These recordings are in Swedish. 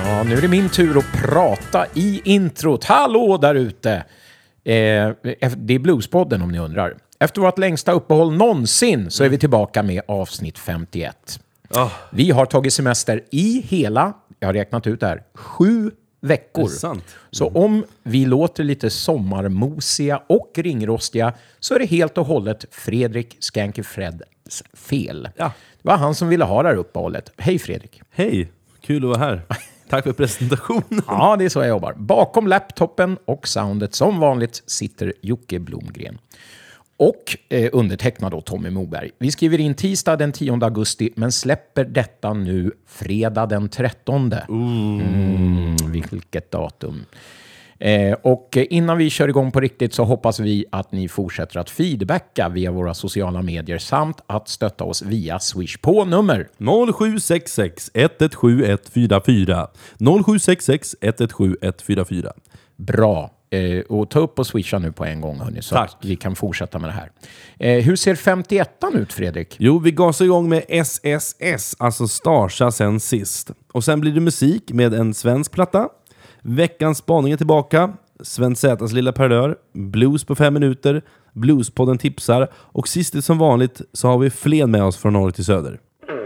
Ja, nu är det min tur att prata i introt. Hallå där ute! Det är Bluespodden om ni undrar. Efter vårt längsta uppehåll någonsin så är vi tillbaka med avsnitt 51. Vi har tagit semester i hela, jag har räknat ut det här, 7 veckor. Det är sant. Så om vi låter lite sommarmosiga och ringrostiga så är det helt och hållet Fredrik Skanky Freds fel. Ja. Det var han som ville ha det här uppehållet. Hej Fredrik! Hej, kul att vara här. Tack för presentationen. Ja, det är så jag jobbar. Bakom laptopen och soundet som vanligt sitter Jocke Blomgren. Och undertecknad då Tommy Moberg. Vi skriver in tisdag den 10 augusti men släpper detta nu fredag den 13. Vilket datum. Och innan vi kör igång på riktigt så hoppas vi att ni fortsätter att feedbacka via våra sociala medier samt att stötta oss via Swish på nummer 0766 117 144 0766 117 144. Bra. Och ta upp och swisha nu på en gång hörni, så Tack. att vi kan fortsätta med det här. Hur ser 51an ut Fredrik? Jo, vi gasar igång med SSS, alltså Starsa sen sist. Och sen blir det musik med en svensk platta. Veckans spaning är tillbaka. Sven Zätas lilla parlör. Blues på 5 minuter. Bluespodden tipsar. Och sist som vanligt så har vi Flen med oss från norr till söder.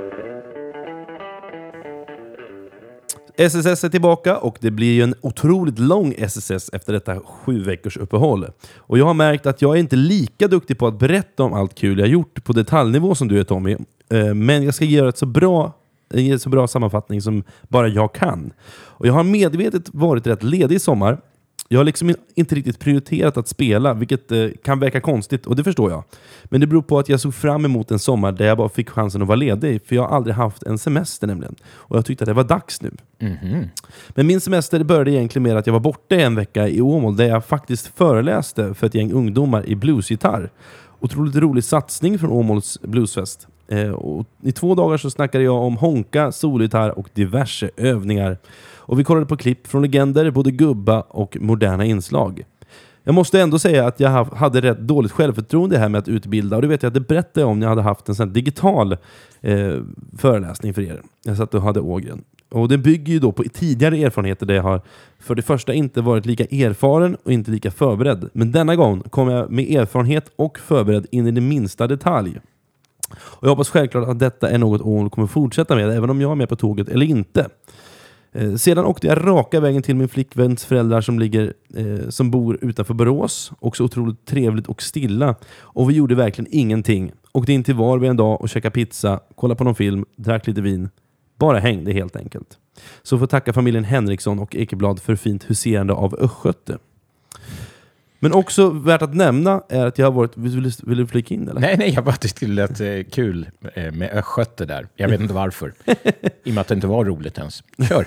SSS är tillbaka och det blir ju en otroligt lång SSS efter detta 7 veckors uppehåll. Och jag har märkt att jag är inte lika duktig på att berätta om allt kul jag gjort på detaljnivå som du är Tommy. Men jag ska ge ett så bra sammanfattning som bara jag kan. Och jag har medvetet varit rätt ledig i sommar. Jag har liksom inte riktigt prioriterat att spela, vilket kan verka konstigt, och det förstår jag. Men det beror på att jag såg fram emot en sommar där jag bara fick chansen att vara ledig, för jag har aldrig haft en semester nämligen. Och jag tyckte att det var dags nu. Mm-hmm. Men min semester började egentligen med att jag var borta en vecka i Åmål där jag faktiskt föreläste för ett gäng ungdomar i bluesgitarr. Otroligt rolig satsning från Åmåls bluesfest. Och i 2 dagar så snackade jag om honka, solgitarr och diverse övningar. Och vi kollade på klipp från legender, både gubba och moderna inslag. Jag måste ändå säga att jag hade rätt dåligt självförtroende här med att utbilda. Och det vet jag att det berättade jag om när jag hade haft en sån digital föreläsning för er. Jag satt och hade Ågren. Och det bygger ju då på tidigare erfarenheter där jag har för det första inte varit lika erfaren och inte lika förberedd. Men denna gång kom jag med erfarenhet och förberedd in i det minsta detalj. Och jag hoppas självklart att detta är något Åmål kommer fortsätta med, även om jag är med på tåget eller inte. Sedan åkte jag raka vägen till min flickväns föräldrar som bor utanför Borås. Också otroligt trevligt och stilla. Och vi gjorde verkligen ingenting. Åkte in till Varberg en dag och käkade pizza, kollade på någon film, drack lite vin. Bara hängde helt enkelt. Så får tacka familjen Henriksson och Ekeblad för fint huserande av Östgöte. Men också värt att nämna är att jag har varit... Vill du flika in eller? Nej, jag bara tyckte det lät kul med Östgöte där. Jag vet inte varför. I och med att det inte var roligt ens. Kör!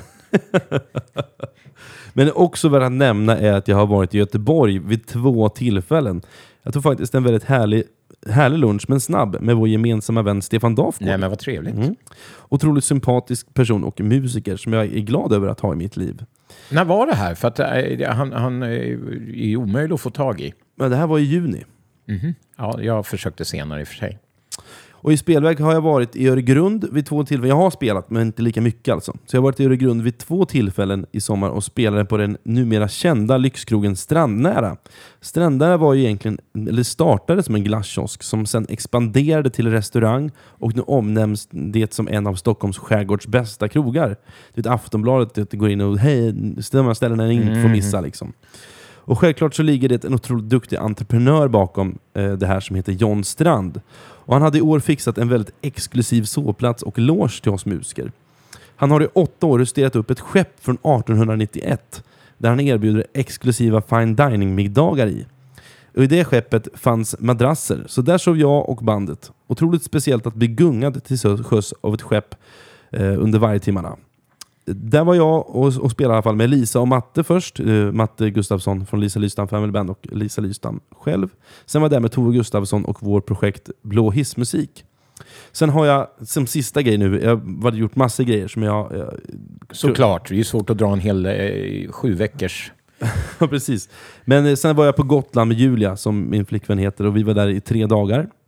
Men också värt att nämna är att jag har varit i Göteborg vid 2 tillfällen. Jag tog faktiskt en väldigt härlig lunch, men snabb, med vår gemensamma vän Stefan Dafgård. Nej, men vad trevligt. Otroligt sympatisk person och musiker som jag är glad över att ha i mitt liv. När var det här? För att han är omöjlig att få tag i. Men det här var i juni. Mm-hmm. Ja, jag försökte senare i och för sig. Och i spelväg har jag varit i Öregrund vid 2 tillfällen. Jag har spelat, men inte lika mycket alltså. Så jag har varit i Öregrund vid 2 tillfällen i sommar och spelade på den numera kända lyxkrogen Strandnära. Strandnära var ju egentligen, eller startade som en glasskiosk som sen expanderade till restaurang och nu omnämns det som en av Stockholms skärgårds bästa krogar. Det är ett Aftonbladet, det går in och hej, ställen ni inte får missa liksom. Och självklart så ligger det en otroligt duktig entreprenör bakom det här som heter John Strand. Och han hade i år fixat en väldigt exklusiv sovplats och loge till oss musiker. Han har i 8 år justerat upp ett skepp från 1891 där han erbjuder exklusiva fine dining-middagar i. Och i det skeppet fanns madrasser, så där sov jag och bandet. Otroligt speciellt att bli gungad till sjöss av ett skepp under varje timmarna. Där var jag och spelade i alla fall med Lisa och Matte först. Matte Gustafsson från Lisa Lystam Family Band och Lisa Lystam själv. Sen var jag där med Tove Gustafsson och vår projekt Blå hissmusik. Sen har jag som sista grej nu, jag har gjort massa grejer som jag... Såklart, det är svårt att dra en hel 7 veckors... Ja, precis. Men sen var jag på Gotland med Julia, som min flickvän heter, och vi var där i 3 dagar.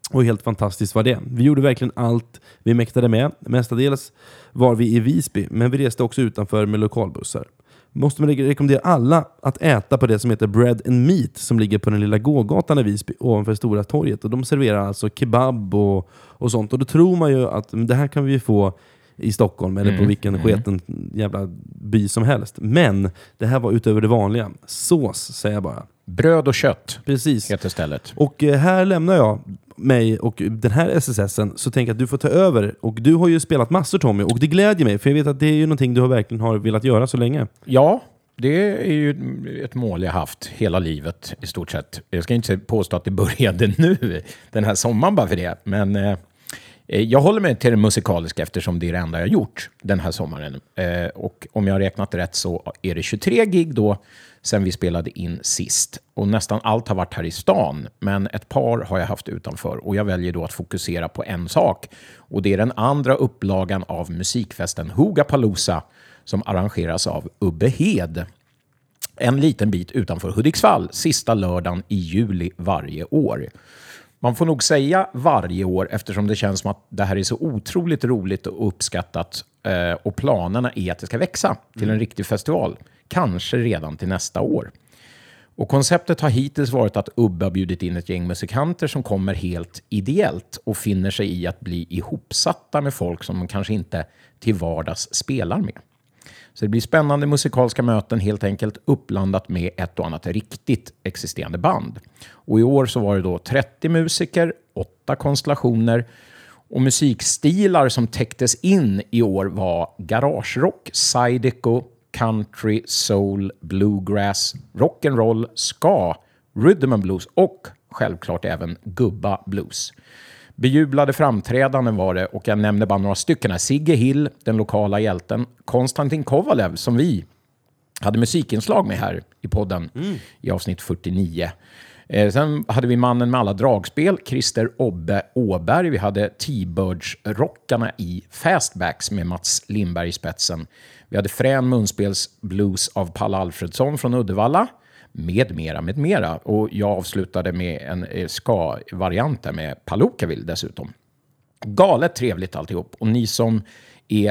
Och helt fantastiskt var det. Vi gjorde verkligen allt vi mäktade med. Mestadels var vi i Visby, men vi reste också utanför med lokalbussar. Måste man rekommendera alla att äta på det som heter Bread and Meat som ligger på den lilla gågatan i Visby ovanför Stora torget. Och de serverar alltså kebab och sånt. Och då tror man ju att det här kan vi få i Stockholm eller på vilken sketen jävla by som helst. Men det här var utöver det vanliga. Sås, säger jag bara. Bröd och kött. Precis. Heter stället. Och här lämnar jag mig och den här SSSen, så tänker jag att du får ta över. Och du har ju spelat massor, Tommy, och det glädjer mig, för jag vet att det är ju någonting du verkligen har velat göra så länge. Ja, det är ju ett mål jag haft hela livet i stort sett. Jag ska inte påstå att det började nu, den här sommaren bara för det, men jag håller mig till det musikaliska eftersom det är det enda jag gjort den här sommaren. Och om jag har räknat rätt så är det 23 gig då sen vi spelade in sist. Och nästan allt har varit här i stan, men ett par har jag haft utanför. Och jag väljer då att fokusera på en sak. Och det är den andra upplagan av musikfesten Hugapalooza som arrangeras av Ubbe Hed. En liten bit utanför Hudiksvall, sista lördagen i juli varje år. Man får nog säga varje år eftersom det känns som att det här är så otroligt roligt och uppskattat. Och planerna är att det ska växa till en riktig festival. Kanske redan till nästa år. Och konceptet har hittills varit att Ubbe har bjudit in ett gäng musikanter som kommer helt ideellt och finner sig i att bli ihopsatta med folk som de kanske inte till vardags spelar med. Så det blir spännande musikaliska möten, helt enkelt uppblandat med ett och annat riktigt existerande band. Och i år så var det då 30 musiker, 8 konstellationer och musikstilar som täcktes in i år var garagerock, psydeco, country, soul, bluegrass, rock'n'roll, ska, rhythm and blues och självklart även gubba blues. Bejublade framträdanden var det, och jag nämner bara några stycken här. Sigge Hill, den lokala hjälten, Konstantin Kovalev som vi hade musikинslag med här i podden i avsnitt 49. Sen hade vi mannen med alla dragspel, Christer Obbe Åberg. Vi hade T-Birds-rockarna i Fastbacks med Mats Lindberg i spetsen. Vi hade frän munspelsblues av Palle Alfredsson från Uddevalla. Med mera. Och jag avslutade med en ska-variant med Palookaville dessutom. Galet trevligt alltihop. Och ni som är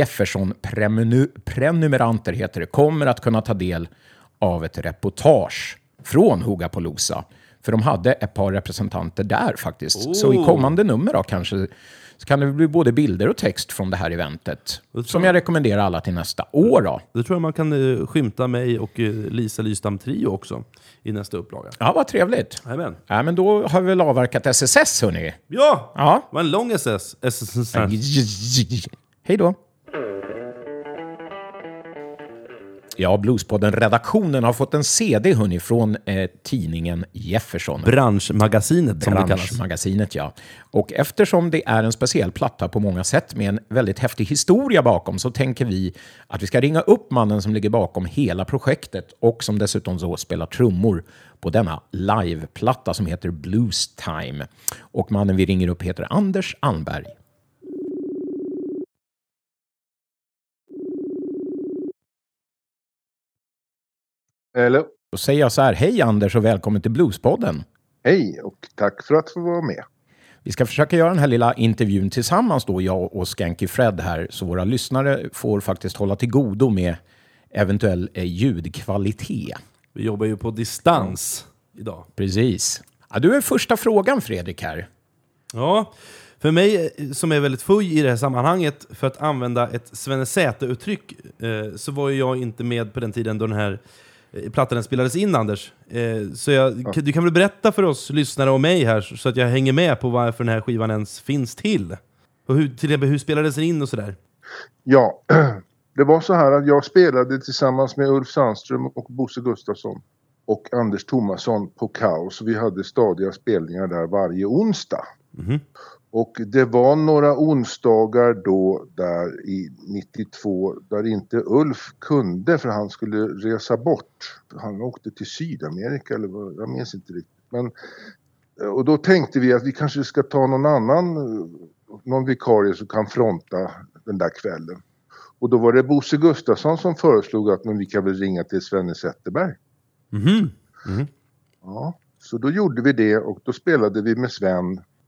Jefferson-prenumeranter heter det, kommer att kunna ta del av ett reportage från Hugapalooza. För de hade ett par representanter där faktiskt. Så i kommande nummer då kanske så kan det bli både bilder och text från det här eventet. Som jag rekommenderar alla till nästa år då. Det tror jag man kan skymta mig och Lisa Lystam Trio också i nästa upplaga. Ja, vad trevligt. Amen. Ja, men då har vi väl avverkat SSS, hörni. Ja! Ja. Det var en lång SSS. Hej då. Ja, Bluespodden-redaktionen har fått en CD, hörni, från tidningen Jefferson. Branschmagasinet som det kallas. Branschmagasinet, ja. Och eftersom det är en speciell platta på många sätt med en väldigt häftig historia bakom, så tänker vi att vi ska ringa upp mannen som ligger bakom hela projektet och som dessutom så spelar trummor på denna liveplatta som heter Blues Time. Och mannen vi ringer upp heter Anders Almberg. Hello. Då säger jag så här, hej Anders och välkommen till Bluespodden. Hej och tack för att få vara med. Vi ska försöka göra den här lilla intervjun tillsammans då, jag och Skanky Fred här, så våra lyssnare får faktiskt hålla till godo med eventuell ljudkvalitet. Vi jobbar ju på distans idag. Precis. Ja, du är första frågan, Fredrik, här. Ja, för mig som är väldigt fuj i det här sammanhanget, för att använda ett Svenne Säte-uttryck, så var ju jag inte med på den tiden då den här plattan spelades in, Anders. Så du kan väl berätta för oss lyssnare och mig här så att jag hänger med på varför den här skivan ens finns till. Och hur spelades den in och sådär? Ja, det var så här att jag spelade tillsammans med Ulf Sandström och Bosse Gustafsson och Anders Thomasson på Kaos. Vi hade stadiga spelningar där varje onsdag. Mm-hmm. Och det var några onsdagar då där i 92 där inte Ulf kunde för han skulle resa bort. Han åkte till Sydamerika eller vad, jag minns inte riktigt. Men, och då tänkte vi att vi kanske ska ta någon vikarie som kan fronta den där kvällen. Och då var det Bosse Gustafsson som föreslog att men vi kan väl ringa till Svenne Zetterberg. Mm-hmm. Mm-hmm. Ja, så då gjorde vi det och då spelade vi med Sven.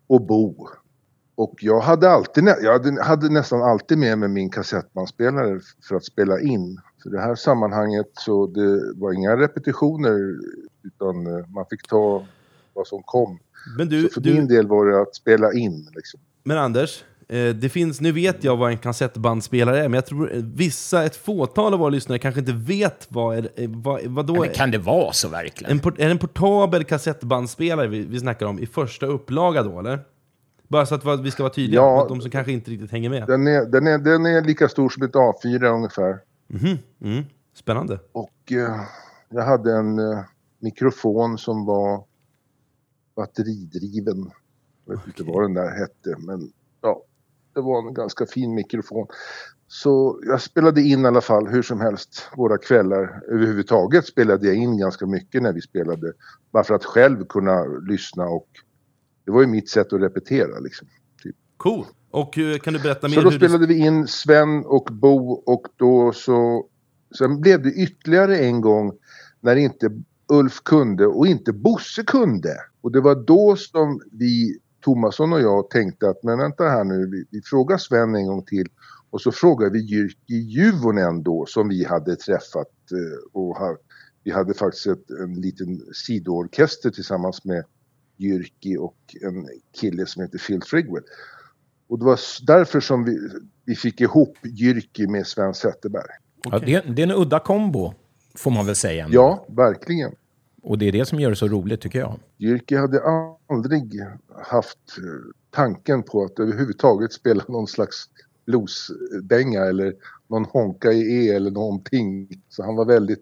och Bo. Och jag hade nästan alltid med mig min kassettbandspelare för att spela in. Så det här sammanhanget så det var inga repetitioner utan man fick ta vad som kom. Men så för min del var det att spela in. Liksom. Men Anders, det finns, nu vet jag vad en kassettbandspelare är, men jag tror ett fåtal av våra lyssnare kanske inte vet vad då men kan det vara så verkligen? Är det en portabel kassettbandspelare vi snackar om i första upplaga då, eller? Bara så att vi ska vara tydliga, ja, de som kanske inte riktigt hänger med. Den är lika stor som ett A4 ungefär. Spännande. Och jag hade en mikrofon som var batteridriven. Jag vet inte vad den där hette, men ja, det var en ganska fin mikrofon. Så jag spelade in i alla fall hur som helst våra kvällar. Överhuvudtaget spelade jag in ganska mycket när vi spelade. Bara för att själv kunna lyssna och det var ju mitt sätt att repetera liksom. Typ. Cool. Och kan du berätta mer? Så då spelade vi in Sven och Bo och då så... Sen blev det ytterligare en gång när inte Ulf kunde och inte Bosse kunde. Och det var då som vi, Thomasson och jag, tänkte att men vänta här nu, vi frågar Sven en gång till. Och så frågar vi Jyrki Juvonen då som vi hade träffat. Och vi hade faktiskt en liten sidoorkester tillsammans med Jyrki och en kille som heter Phil Frigwell. Och det var därför som vi fick ihop Jyrki med Sven Zetterberg. Okay. Ja, det är en udda kombo, får man väl säga. Ändå. Ja, verkligen. Och det är det som gör det så roligt, tycker jag. Jyrki hade aldrig haft tanken på att överhuvudtaget spela någon slags bluesdänga eller någon honka i eller någonting. Så han var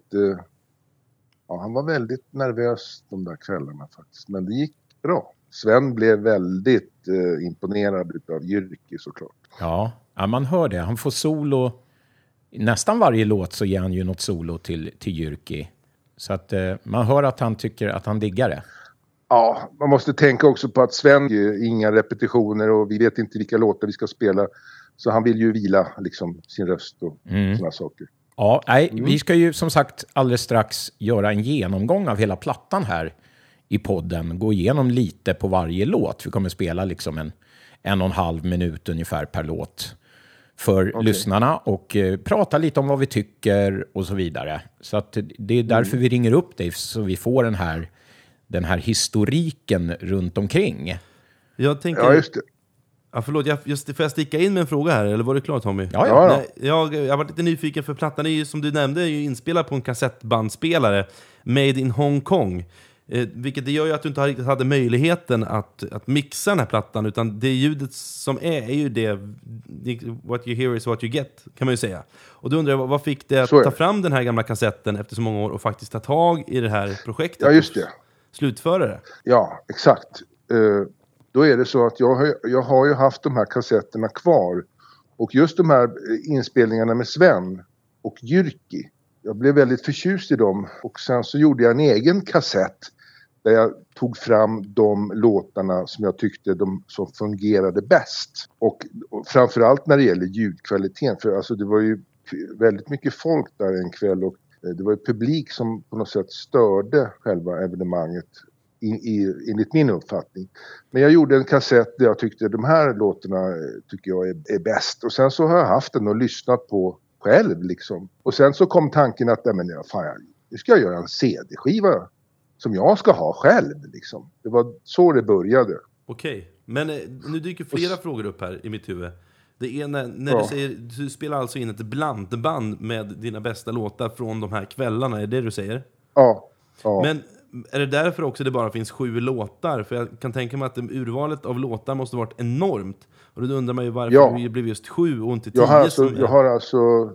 väldigt nervös de där kvällarna faktiskt. Men det gick bra. Sven blev väldigt imponerad av Jyrki såklart. Ja, man hör det. Han får solo. Nästan varje låt så ger han ju något solo till Jyrki. Så att man hör att han tycker att han diggar det. Ja, man måste tänka också på att Sven inga repetitioner och vi vet inte vilka låtar vi ska spela. Så han vill ju vila liksom sin röst och såna saker. Ja, vi ska ju som sagt alldeles strax göra en genomgång av hela plattan här i podden. Gå igenom lite på varje låt. Vi kommer spela liksom en 1,5 minut ungefär per låt för lyssnarna och prata lite om vad vi tycker och så vidare. Så att det är därför vi ringer upp dig så vi får den här historiken runt omkring. Jag tänker... Ja, just det. Ja, förlåt, får jag sticka in med en fråga här? Eller var det klart, Tommy? Ja. Nej, jag har varit lite nyfiken för plattan är ju, som du nämnde, är ju inspelad på en kassettbandspelare Made in Hong Kong. Vilket det gör ju att du inte riktigt hade möjligheten att mixa den här plattan, utan det ljudet som är ju det what you hear is what you get, kan man ju säga. Och då undrar jag, vad fick det att ta fram den här gamla kassetten efter så många år och faktiskt ta tag i det här projektet? Ja, just det. Slutföra det. Ja, exakt. Då är det så att jag har ju haft de här kassetterna kvar. Och just de här inspelningarna med Sven och Jyrki. Jag blev väldigt förtjust i dem. Och sen så gjorde jag en egen kassett. Där jag tog fram de låtarna som jag tyckte som fungerade bäst. Och framförallt när det gäller ljudkvaliteten. För alltså det var ju väldigt mycket folk där en kväll. Och det var ju publik som på något sätt störde själva evenemanget. Enligt min uppfattning. Men jag gjorde en kassett där jag tyckte de här låtarna tycker jag är bäst. Och sen så har jag haft den och lyssnat på själv liksom. Och sen så kom tanken att nu ska jag göra en CD-skiva som jag ska ha själv liksom. Det var så det började. Okej, men nu dyker flera frågor upp här i mitt huvud. Det är när du säger, du spelar alltså in ett blandband med dina bästa låtar från de här kvällarna, är det du säger? Ja. Men är det därför också det bara finns 7 låtar? För jag kan tänka mig att urvalet av låtar måste ha varit enormt. Och då undrar man ju varför det blev just 7 och inte 10. Jag har alltså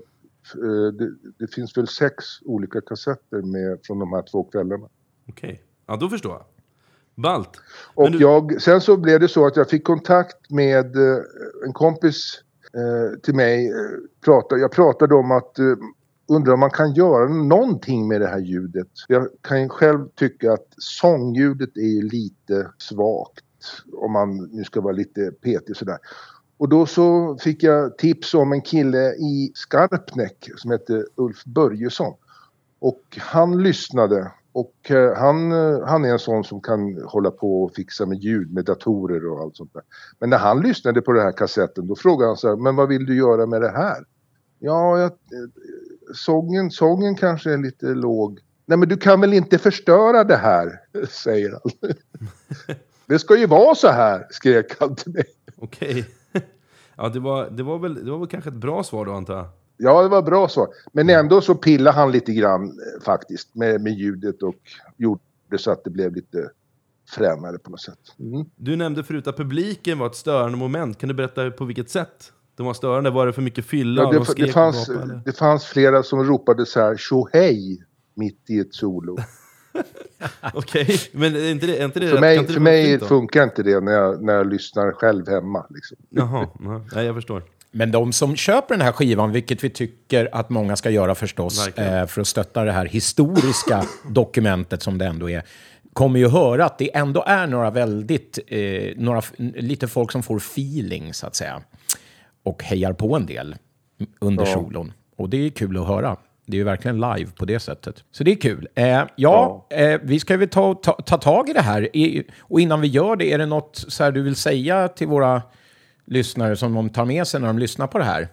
det finns väl 6 olika kassetter med från de här 2 kvällarna. Okej. Ja, då förstår jag. Ballt. Och sen så blev det så att jag fick kontakt med en kompis till mig. Jag pratade om att undrar om man kan göra någonting med det här ljudet. Jag kan ju själv tycka att sångljudet är lite svagt. Om man nu ska vara lite petig sådär. Och då så fick jag tips om en kille i Skarpnäck som heter Ulf Börjesson. Och han lyssnade Och han är en sån som kan hålla på och fixa med ljud, med datorer och allt sånt där. Men när han lyssnade på den här kassetten, då frågade han så här, men vad vill du göra med det här? Ja, sången kanske är lite låg. Nej, men du kan väl inte förstöra det här, säger han. Det ska ju vara så här, skrek han till mig. Okej. Ja, det var väl kanske ett bra svar då, antar jag. Ja, det var bra svar. Men ändå så pillade han lite grann faktiskt med ljudet och gjorde så att det blev lite fränare på något sätt. Mm. Du nämnde förut att publiken var ett störande moment. Kan du berätta på vilket sätt de var störande? Var det för mycket fylla? Ja, det fanns flera som ropade så här tjohej mitt i ett solo. Okej, men är inte det för mig funkar inte det när jag lyssnar själv hemma. Liksom. Jaha, nej, jag förstår. Men de som köper den här skivan, vilket vi tycker att många ska göra förstås, för att stötta det här historiska dokumentet som det ändå är, kommer ju höra att det ändå är några lite folk som får feeling så att säga och hejar på en del under solon. Och det är kul att höra. Det är ju verkligen live på det sättet. Så det är kul. Vi ska väl ta tag i det här. Och innan vi gör det, är det något så här du vill säga till våra lyssnare som de tar med sig när de lyssnar på det här?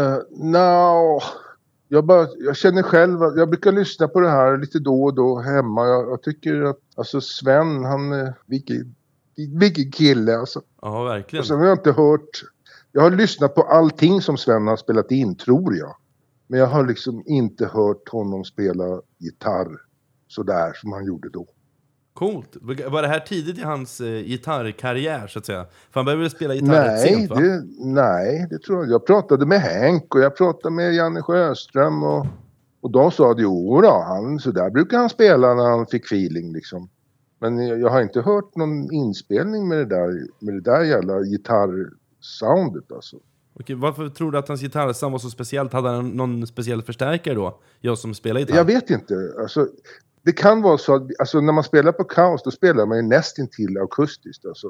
Jag känner själv att jag brukar lyssna på det här lite då och då hemma. Jag tycker att alltså Sven, han vilken kille alltså. Ja, verkligen. Och sen har jag inte hört. Jag har lyssnat på allting som Sven har spelat in, tror jag. Men jag har liksom inte hört honom spela gitarr sådär som han gjorde då. Coolt. Var det här tidigt i hans gitarrkarriär så att säga? För han började spela gitarr rätt sent, va? Nej, det tror jag. Jag pratade med Henk och jag pratade med Janne Sjöström och de sa att så där brukar han spela när han fick feeling liksom. Men jag har inte hört någon inspelning med det där jävla gitarrsoundet alltså. Okej, varför tror du att hans gitarrsound var så speciellt? Hade han någon speciell förstärkare då? Jag som spelar gitarr. Jag vet inte. Alltså, det kan vara så att alltså, när man spelar på Kaos då spelar man ju nästintill akustiskt. Alltså.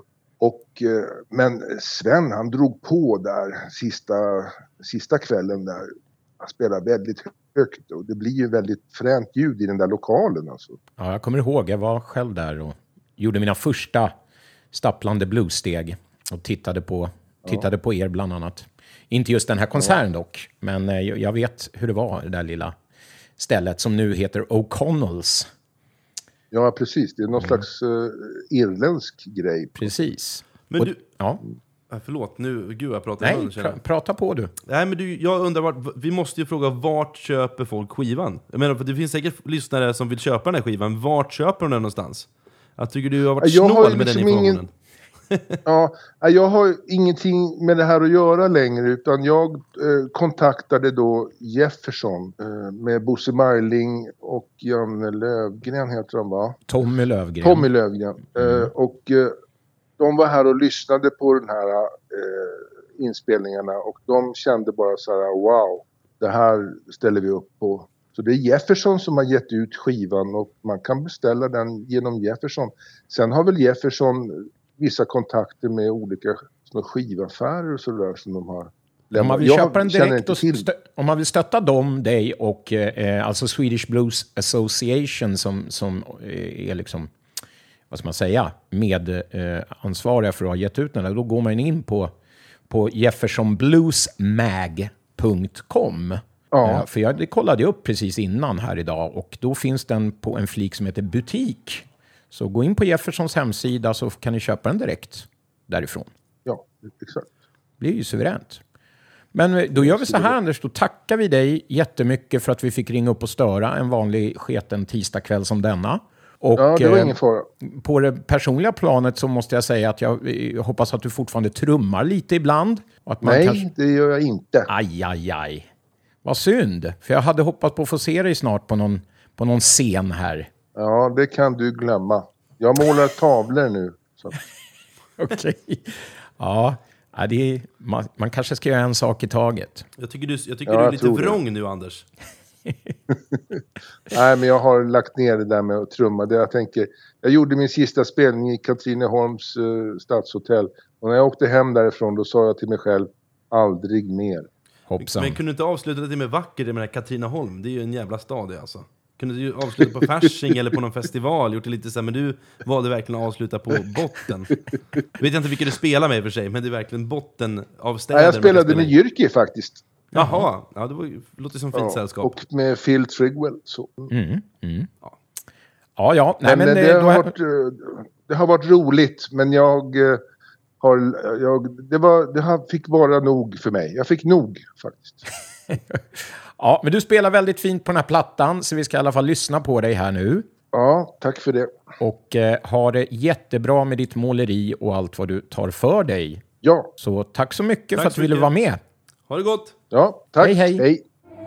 Men Sven han drog på där sista kvällen där. Han spelade väldigt högt och det blir ju väldigt fränt ljud i den där lokalen. Alltså. Ja, jag kommer ihåg. Jag var själv där och gjorde mina första stapplande bluessteg och tittade på er bland annat. Inte just den här konserten dock, men jag vet hur det var, det där lilla stället som nu heter O'Connells. Ja, precis. Det är någon slags irländsk grej. Precis. Men förlåt, jag pratar i munnen. Nej, prata på du. Nej, men jag undrar, vi måste ju fråga, vart köper folk skivan? Jag menar, för det finns säkert lyssnare som vill köpa den här skivan. Vart köper de den någonstans? Jag tycker du har varit snål med den informationen. Jag har ingenting med det här att göra längre utan jag kontaktade då Jefferson med Bosse Marling och Janne Lövgren heter de, va? Tommy Lövgren. Och de var här och lyssnade på den här inspelningarna och de kände bara så här: wow, det här ställer vi upp på. Så det är Jefferson som har gett ut skivan och man kan beställa den genom Jefferson. Sen har väl Jefferson vissa kontakter med olika skivaffärer och sådär som de har lämnat. Om man vill köpa den direkt och om man vill stötta dig och alltså Swedish Blues Association som är liksom, vad ska man säga, med ansvariga för att ha gett ut den där, då går man in på jeffersonbluesmag.com. Ja. För det kollade jag upp precis innan här idag och då finns den på en flik som heter butik. Så gå in på Jeffersons hemsida så kan ni köpa den direkt därifrån. Ja, exakt. Det är ju suveränt. Men då gör vi så här, Anders. Då tackar vi dig jättemycket för att vi fick ringa upp och störa en vanlig sketen tisdagkväll som denna. Och, ja, det var ingen fara. På det personliga planet så måste jag säga att jag hoppas att du fortfarande trummar lite ibland. Och att man Nej, det gör jag inte. Aj. Vad synd. För jag hade hoppats på att få se dig snart på någon scen här. Ja, det kan du glömma. Jag målar tavlor nu. Okej. Ja, man kanske ska göra en sak i taget. Jag tycker du är lite vrång nu, Anders. Nej, men jag har lagt ner det där med att trumma. Jag gjorde min sista spelning i Katrineholms stadshotell. Och när jag åkte hem därifrån då sa jag till mig själv, aldrig mer. Hoppsan. Men kunde du inte avsluta det med vacker med Katrineholm? Det är ju en jävla stad det alltså. Kunde du avsluta på Fasching eller på någon festival, gjort det lite så här, men du valde verkligen att avsluta på botten. Jag vet inte vilka du spelar med i och för sig, men det är verkligen botten av städer. Ja, jag spelade med Jyrki faktiskt. Jaha, ja, det låter som fint sällskap. Och med Phil Trigwell. Så. Ja. Nej, men det har varit roligt, men det fick vara nog för mig. Jag fick nog faktiskt. Ja, men du spelar väldigt fint på den här plattan, så vi ska i alla fall lyssna på dig här nu. Ja, tack för det. Och ha det jättebra med ditt måleri och allt vad du tar för dig. Ja. Så tack så mycket för att du ville vara med. Ha det gott! Ja, tack. Hej.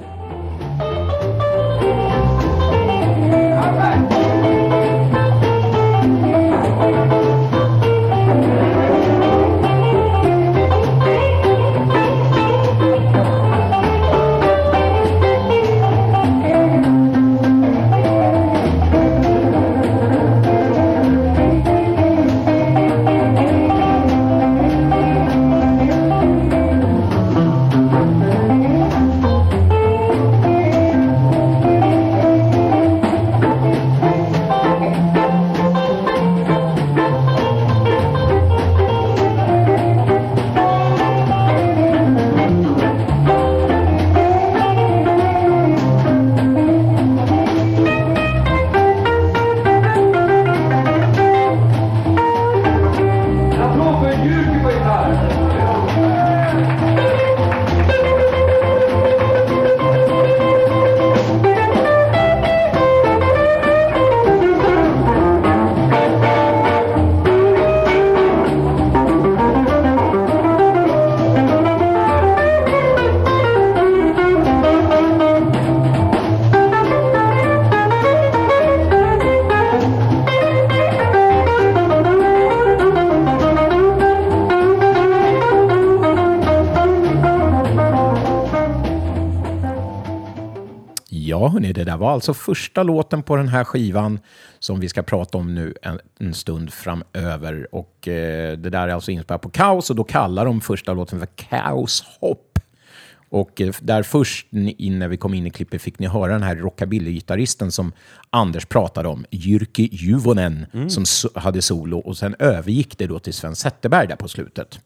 Ja, hörni, det där var alltså första låten på den här skivan som vi ska prata om nu en stund framöver. Och det där är alltså inspelat på Kaos, och då kallar de första låten för Kaos Hopp. Och där först innan vi kom in i klippet fick ni höra den här rockabilly-gitarristen som Anders pratade om, Jyrki Juvonen, som hade solo, och sen övergick det då till Sven Zetterberg där på slutet.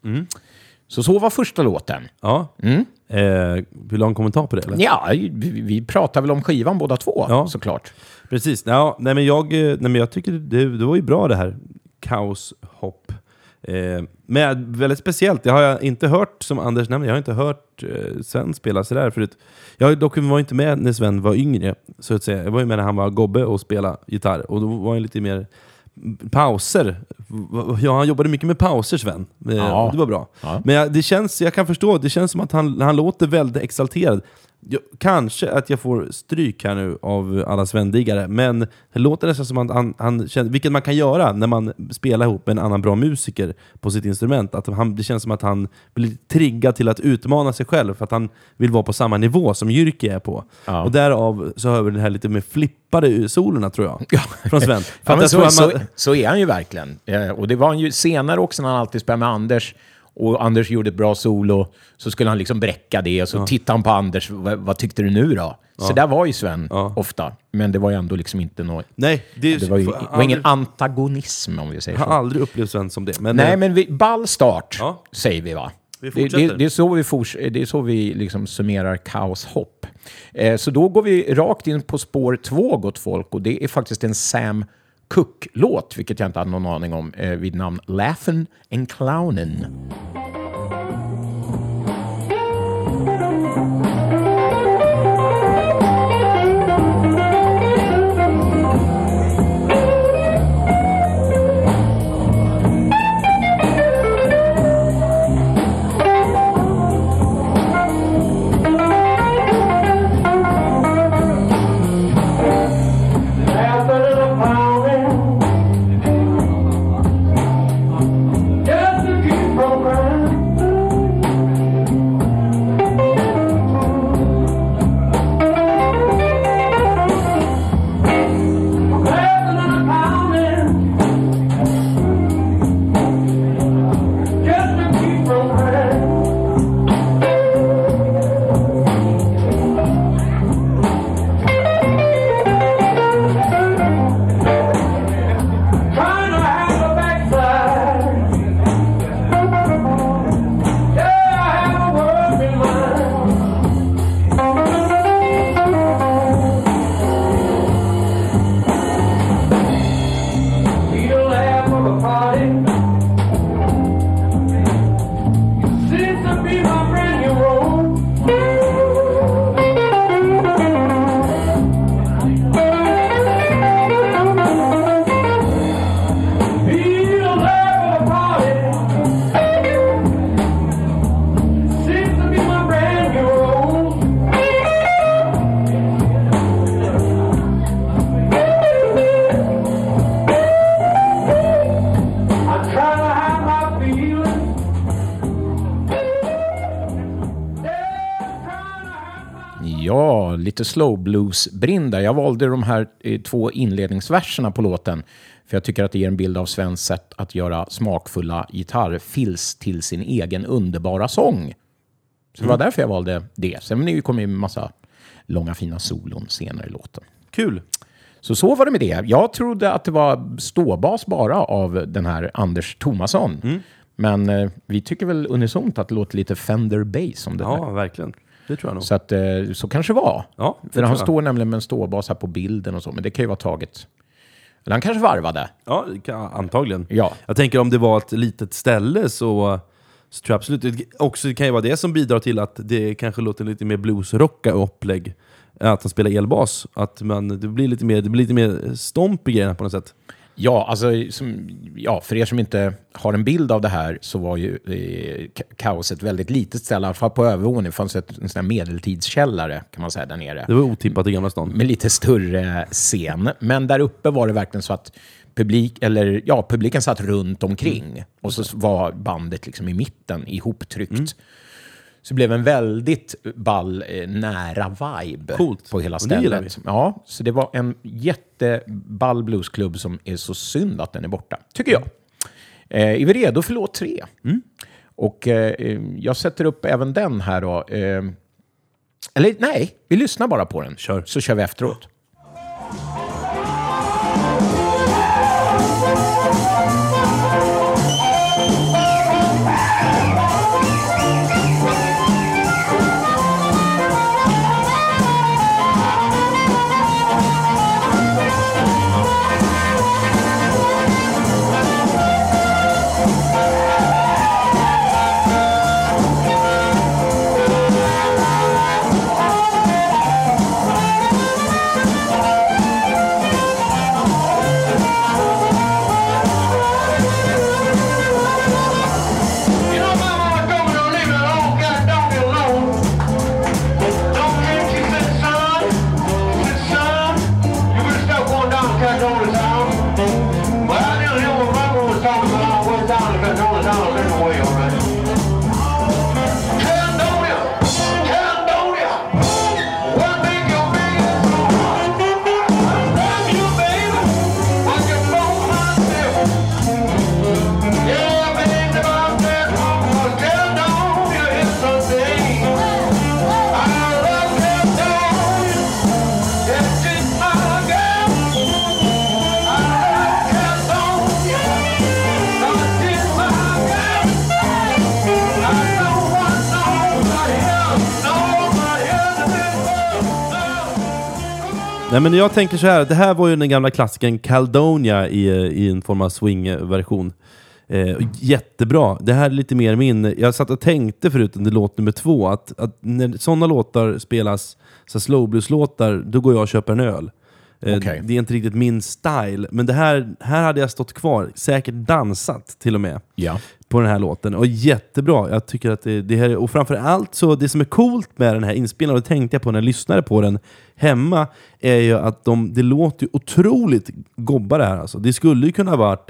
Så var första låten. Ja. Vill du ha en kommentar på det? Eller? Ja, vi pratar väl om skivan båda två, såklart. Precis. Ja, men jag tycker det var ju bra det här. Kaos Hopp. Men väldigt speciellt. Jag har inte hört, som Anders nämnde, jag har inte hört Sven spela sådär förut. Jag dock var inte med när Sven var yngre, så att säga. Jag var ju med när han var gobbe och spelade gitarr. Och då var jag lite mer pauser. Ja, han jobbade mycket med pauser, Sven. Ja. Det var bra. Ja. Men jag kan förstå, det känns som att han låter väldigt exalterad. Kanske att jag får stryk här nu av alla Sven-diggare, men det låter nästan som att han känner, vilket man kan göra när man spelar ihop med en annan bra musiker på sitt instrument, att det känns som att han blir triggad till att utmana sig själv för att han vill vara på samma nivå som Jyrki är på. Ja. Och därav så har vi den här lite mer flippade solorna, tror jag, från Sven. Så är han ju verkligen. Och det var han ju senare också när han alltid spelade med Anders. Och Anders gjorde ett bra solo, så skulle han liksom bräcka det, och så tittade han på Anders, vad tyckte du nu då? Så där var ju Sven ofta, men det var ju ändå liksom inte något. Nej, det var ingen antagonism, om vi säger så. Jag har aldrig upplevt Sven som det. Men men ball start, säger vi, va? Vi fortsätter. Det är så vi liksom summerar Kaos Hopp. Så då går vi rakt in på spår 2, gott folk, och det är faktiskt en Sam Cooke-låt, vilket jag inte hade någon aning om, vid namn Laughin' and Clownin'. Program. Ja, lite slow blues-brinda. Jag valde de här 2 inledningsverserna på låten för jag tycker att det ger en bild av svenskt sätt att göra smakfulla gitarrfills till sin egen underbara sång. Så det var därför jag valde det. Sen kommer ju en massa långa fina solon senare i låten. Kul! Så var det med det. Jag trodde att det var ståbas bara av den här Anders Thomasson. Men vi tycker väl unisont att det låter lite Fender Bass om det här. Ja, verkligen. Det tror jag nog. Så att så kanske var. Ja, för han står nämligen med en ståbas här på bilden och så. Men det kan ju vara taget. Eller han kanske varvade. Ja, antagligen. Ja. Jag tänker om det var ett litet ställe så tror jag absolut. Det också kan ju vara det som bidrar till att det kanske låter lite mer bluesrocka upplägg. Att han spelar elbas. Att det blir lite mer stomp i grejerna på något sätt. Ja, alltså, för er som inte har en bild av det här så var ju Kaos ett väldigt litet ställe. I alla fall på övervåningen fanns en sån här medeltidskällare kan man säga där nere. Det var otippat i Gamla stan. Med lite större scen. Men där uppe var det verkligen så att publiken satt runt omkring. Och så var bandet liksom i mitten ihoptryckt. Så det blev en väldigt nära vibe. Coolt. På hela stället. Ja, så det var en jätteball bluesklubb som är så synd att den är borta, tycker jag. Är vi redo för låt 3? Och jag sätter upp även den här då. Eller nej, vi lyssnar bara på den. Så kör vi efteråt. Nej, men jag tänker så här, det här var ju den gamla klassikern Caledonia i en form av swing-version. Jättebra. Det här är lite mer min. Jag satt och tänkte förut under låt nummer 2 att när sådana låtar spelas, så slow blues-låtar, då går jag och köper en öl. Okay. Det är inte riktigt min style. Men det här hade jag stått kvar, säkert dansat till och med på den här låten. Och jättebra. Jag tycker att det här, och framförallt så det som är coolt med den här inspelningen, och det tänkte jag på när jag lyssnade på den hemma, är ju att det låter ju otroligt gobba det här. Alltså. Det skulle ju kunna ha varit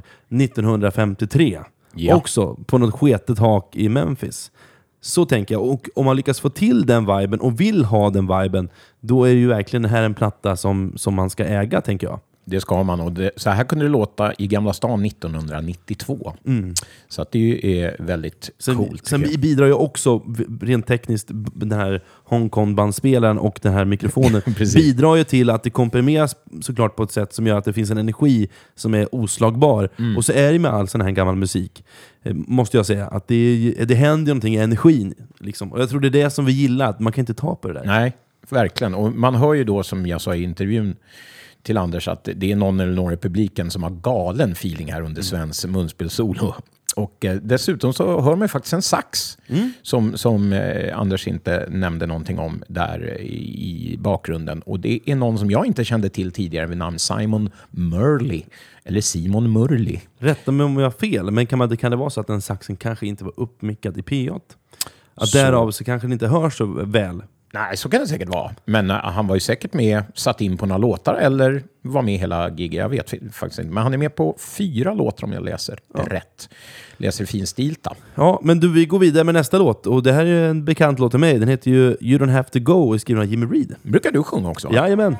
1953 också på något sketet hak i Memphis. Så tänker jag. Och om man lyckas få till den viben och vill ha den viben, då är det ju verkligen det här en platta som man ska äga, tänker jag. Det ska man. Och så här kunde det låta i Gamla stan 1992. Så att det är väldigt coolt. Sen bidrar ju också rent tekniskt den här Hongkong-bandspelaren och den här mikrofonen bidrar ju till att det komprimeras såklart på ett sätt som gör att det finns en energi som är oslagbar. Och så är det med all sån här gammal musik, måste jag säga, att det händer någonting i energin. Liksom. Och jag tror det är det som vi gillar, att man kan inte ta på det där. Nej, verkligen. Och man hör ju då, som jag sa i intervjun till Anders, att det är någon eller några i publiken som har galen feeling här under Svens munspelssolo. Och dessutom så hör man faktiskt en sax som Anders inte nämnde någonting om där i bakgrunden. Och det är någon som jag inte kände till tidigare vid namn Simon Murley. Eller Simon Murley. Rätta mig om jag har fel, men kan det vara så att den saxen kanske inte var uppmickad i P8? Att därav så kanske den inte hörs så väl. Nej, så kan det säkert vara. Men han var ju säkert med, satt in på några låtar eller var med hela giget. Jag vet faktiskt inte. Men han är med på 4 låtar om jag läser rätt. Läser finstilta. Ja, men du, vi går vidare med nästa låt. Och det här är en bekant låt till mig. Den heter ju You Don't Have To Go och är skriven av Jimmy Reed. Brukar du sjunga också? Jajamän.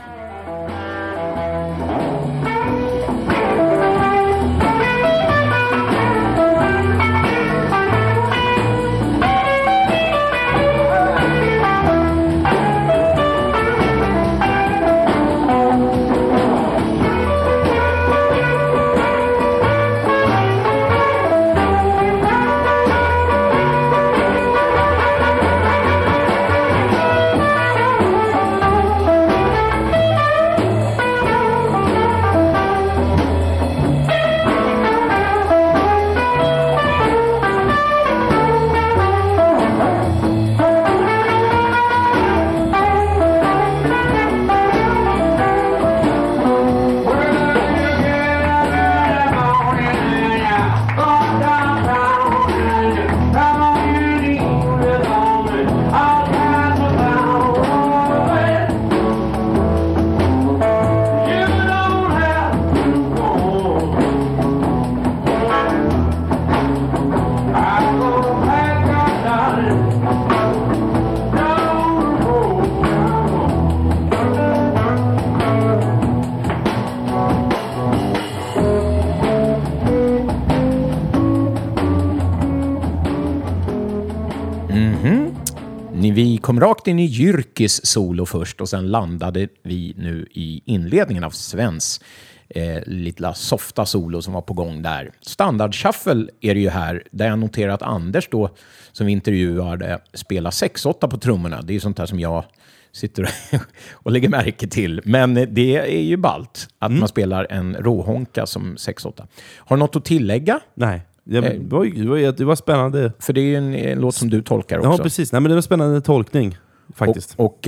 Vi kom rakt in i Jyrkis solo först och sen landade vi nu i inledningen av Svens lilla softa solo som var på gång där. Standard shuffle är det ju här, där jag noterar att Anders då, som vi intervjuade, spelar 6/8 på trummorna. Det är ju sånt här som jag sitter och lägger märke till. Men det är ju ballt att man spelar en råhonka som 6/8. Har du något att tillägga? Nej. Det var spännande. För det är ju en låt som du tolkar också. Ja, precis. Nej, men det var spännande tolkning faktiskt. Och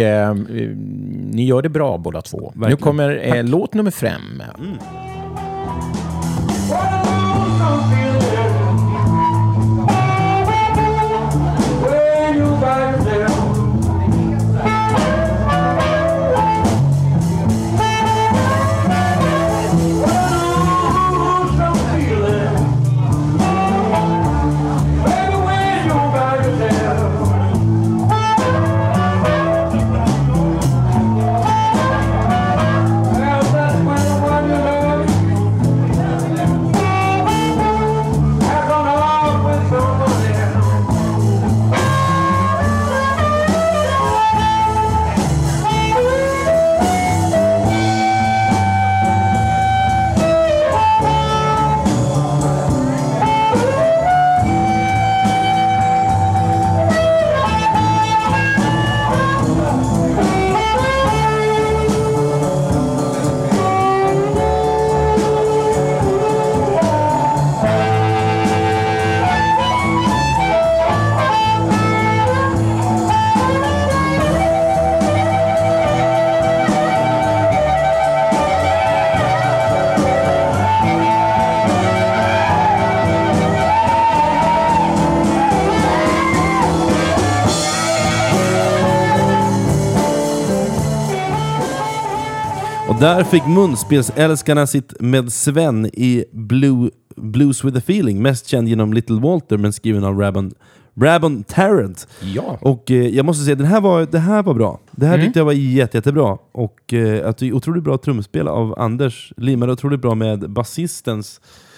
ni gör det bra båda två. Verkligen. Nu kommer låt nummer 5. Där fick munspelsälskarna sitt med Sven i Blues with a Feeling, mest känd genom Little Walter men skriven av Rabon Tarrant. Ja. Och jag måste säga, det här var bra. Det här tyckte jag var jättebra. Och att det är otroligt bra trumspel av Anders. Limmade otroligt bra med basistens...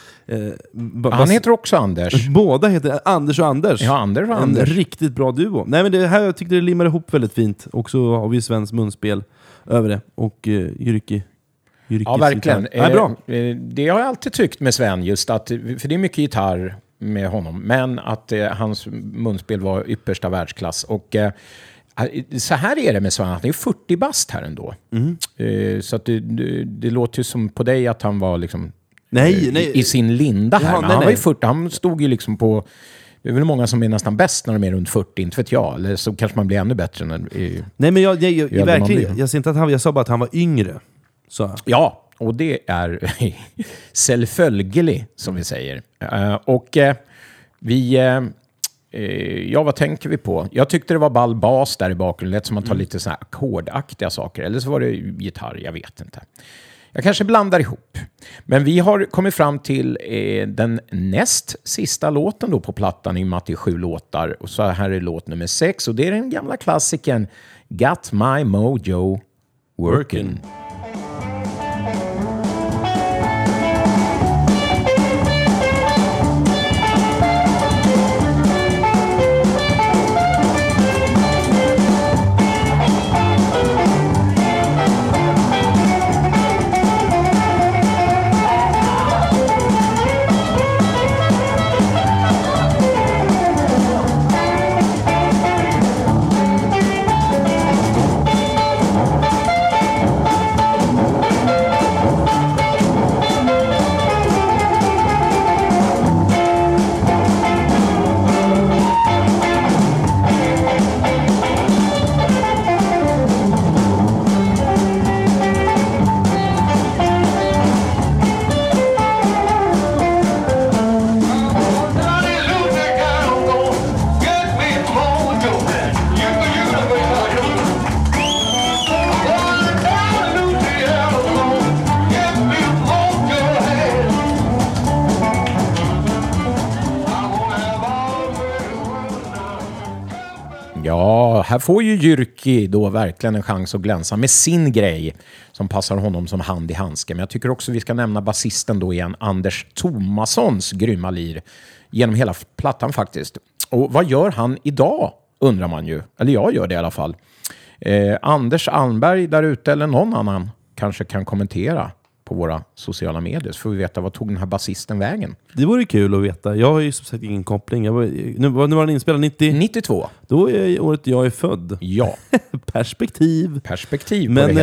Han heter också Anders. Båda heter Anders och Anders. Ja, Anders och Anders. En riktigt bra duo. Nej, men det här, jag tyckte det limmade ihop väldigt fint. Och så har vi Svens munspel över det. Och Jyrki. Ja, verkligen. Bra. Det har jag alltid tyckt med Sven, just att, för det är mycket gitarr med honom, men att hans munspel var yppersta världsklass. Och så här är det med Sven, han är 40 bast här ändå. Så att det låter ju som på dig att han var liksom i sin linda här. Men han var ju 40, han stod ju liksom på... Det är väl många som är nästan bäst när de är runt 40, inte vet jag. Eller så kanske man blir ännu bättre. Nej, men jag verkligen, jag ser inte att jag sa bara att han var yngre. Så. Ja, och det är självföljelig, som vi säger. Och vi Ja, vad tänker vi på? Jag tyckte det var ball bas där i bakgrunden. Lät som att man tar lite så här ackordaktiga saker. Eller så var det gitarr, jag vet inte. Jag kanske blandar ihop. Men vi har kommit fram till den näst sista låten då på plattan, i och med att det är 7 låtar. Och så här är låt nummer 6. Och det är den gamla klassikern Got My Mojo Working. Ja, här får ju Jyrki då verkligen en chans att glänsa med sin grej som passar honom som hand i handske. Men jag tycker också vi ska nämna basisten då igen, Anders Thomassons grymma lir genom hela plattan faktiskt. Och vad gör han idag, undrar man ju. Eller jag gör det i alla fall. Anders Almberg där ute eller någon annan kanske kan kommentera på våra sociala medier, så får vi veta vad tog den här basisten vägen. Det vore kul att veta. Jag har ju som sagt ingen koppling. Nu var den inspelad 92. Då är året jag är född. Ja. Perspektiv. Men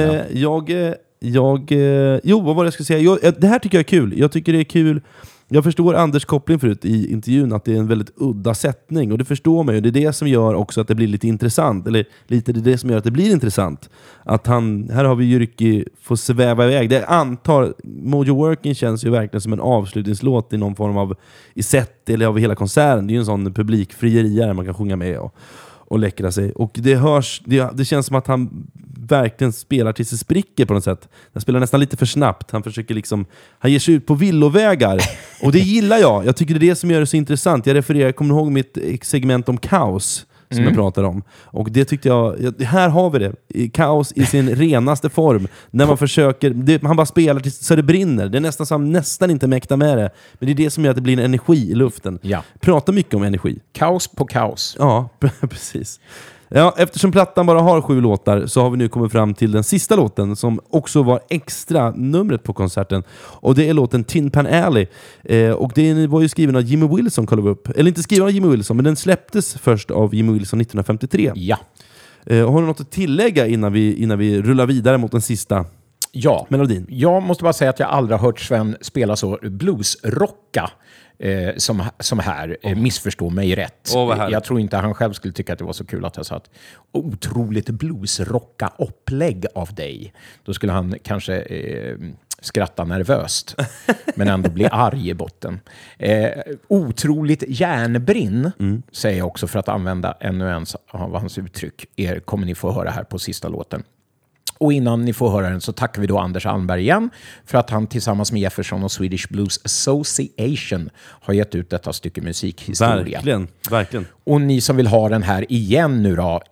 vad var det jag skulle säga? Det här tycker jag är kul. Jag tycker det är kul. Jag förstår Anders koppling förut i intervjun att det är en väldigt udda sättning, och det förstår man ju. Det är det som gör också att det blir lite intressant, eller lite det som gör att det blir intressant. Att här har vi Jyrki får sväva iväg. Det antar Mojo Working känns ju verkligen som en avslutningslåt i någon form av i set eller av hela konserten. Det är ju en sån publikfrieri där man kan sjunga med och läckra sig. Och det känns som att han verkligen spelar tills det spricker på något sätt. Han spelar nästan lite för snabbt. Han ger sig ut på villovägar. Och det gillar jag. Jag tycker det är det som gör det så intressant. Jag kommer ihåg mitt segment om kaos som jag pratade om. Och det tyckte jag, här har vi det. Kaos i sin renaste form. När man försöker, han bara spelar tills så det brinner. Det är nästan som nästan inte mäktar med det. Men det är det som gör att det blir en energi i luften. Ja. Prata mycket om energi. Kaos på kaos. Ja, precis. Ja, eftersom plattan bara har 7 låtar så har vi nu kommit fram till den sista låten som också var extra numret på konserten. Och det är låten Tin Pan Alley. Och det var ju skriven av Jimmy Wilson, kollar vi upp. Eller inte skriven av Jimmy Wilson, men den släpptes först av Jimmy Wilson 1953. Ja. Har du något att tillägga innan vi rullar vidare mot den sista melodin? Jag måste bara säga att jag aldrig har hört Sven spela så bluesrocka som här. Missförstå mig rätt. Jag tror inte han själv skulle tycka att det var så kul att jag sa att otroligt bluesrocka upplägg av dig. Då skulle han kanske skratta nervöst men ändå bli arg i botten. Otroligt järnbrinn säger jag också, för att använda ännu en av hans uttryck. Kommer ni få höra här på sista låten. Och innan ni får höra den så tackar vi då Anders Almberg igen för att han tillsammans med Jefferson och Swedish Blues Association har gett ut detta stycke musikhistoria. Verkligen. Och ni som vill ha den här igen nu då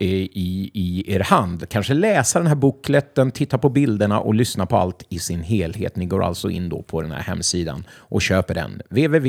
i er hand, kanske läsa den här bookletten, titta på bilderna och lyssna på allt i sin helhet. Ni går alltså in då på den här hemsidan och köper den.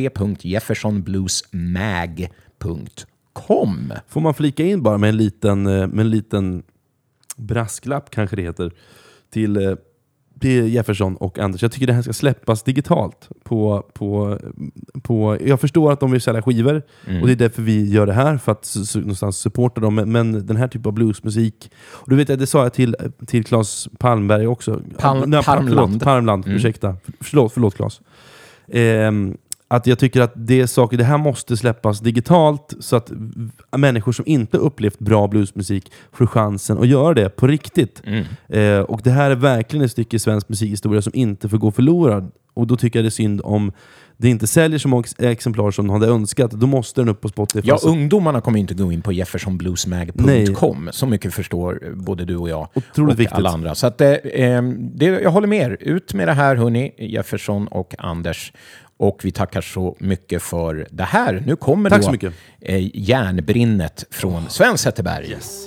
www.jeffersonbluesmag.com. Får man flika in bara med en liten brasklapp kanske det heter till Jefferson och Anders. Jag tycker det här ska släppas digitalt på jag förstår att de vill sälja skivor och det är därför vi gör det här, för att någonstans supporta dem, men den här typen av bluesmusik, och du vet att det sa jag till Claes Palmberg också. Parmland. Ursäkta. Förlåt Claes. att jag tycker att det här måste släppas digitalt så att människor som inte upplevt bra bluesmusik får chansen att göra det på riktigt. Och det här är verkligen ett stycke svensk musikhistoria som inte får gå förlorad. Och då tycker jag det är synd om det inte säljer så många exemplar som de hade önskat. Då måste den upp på Spotify. Ja, ungdomarna kommer inte gå in på jeffersonbluesmag.com. Så mycket förstår både du och jag. Otroligt och viktigt. Alla andra. Så att, jag håller med er. Ut med det här, hörni, Jefferson och Anders. Och vi tackar så mycket för det här. Nu kommer Tack då så mycket. Järnbrinnet från Sven Zetterberg. Yes.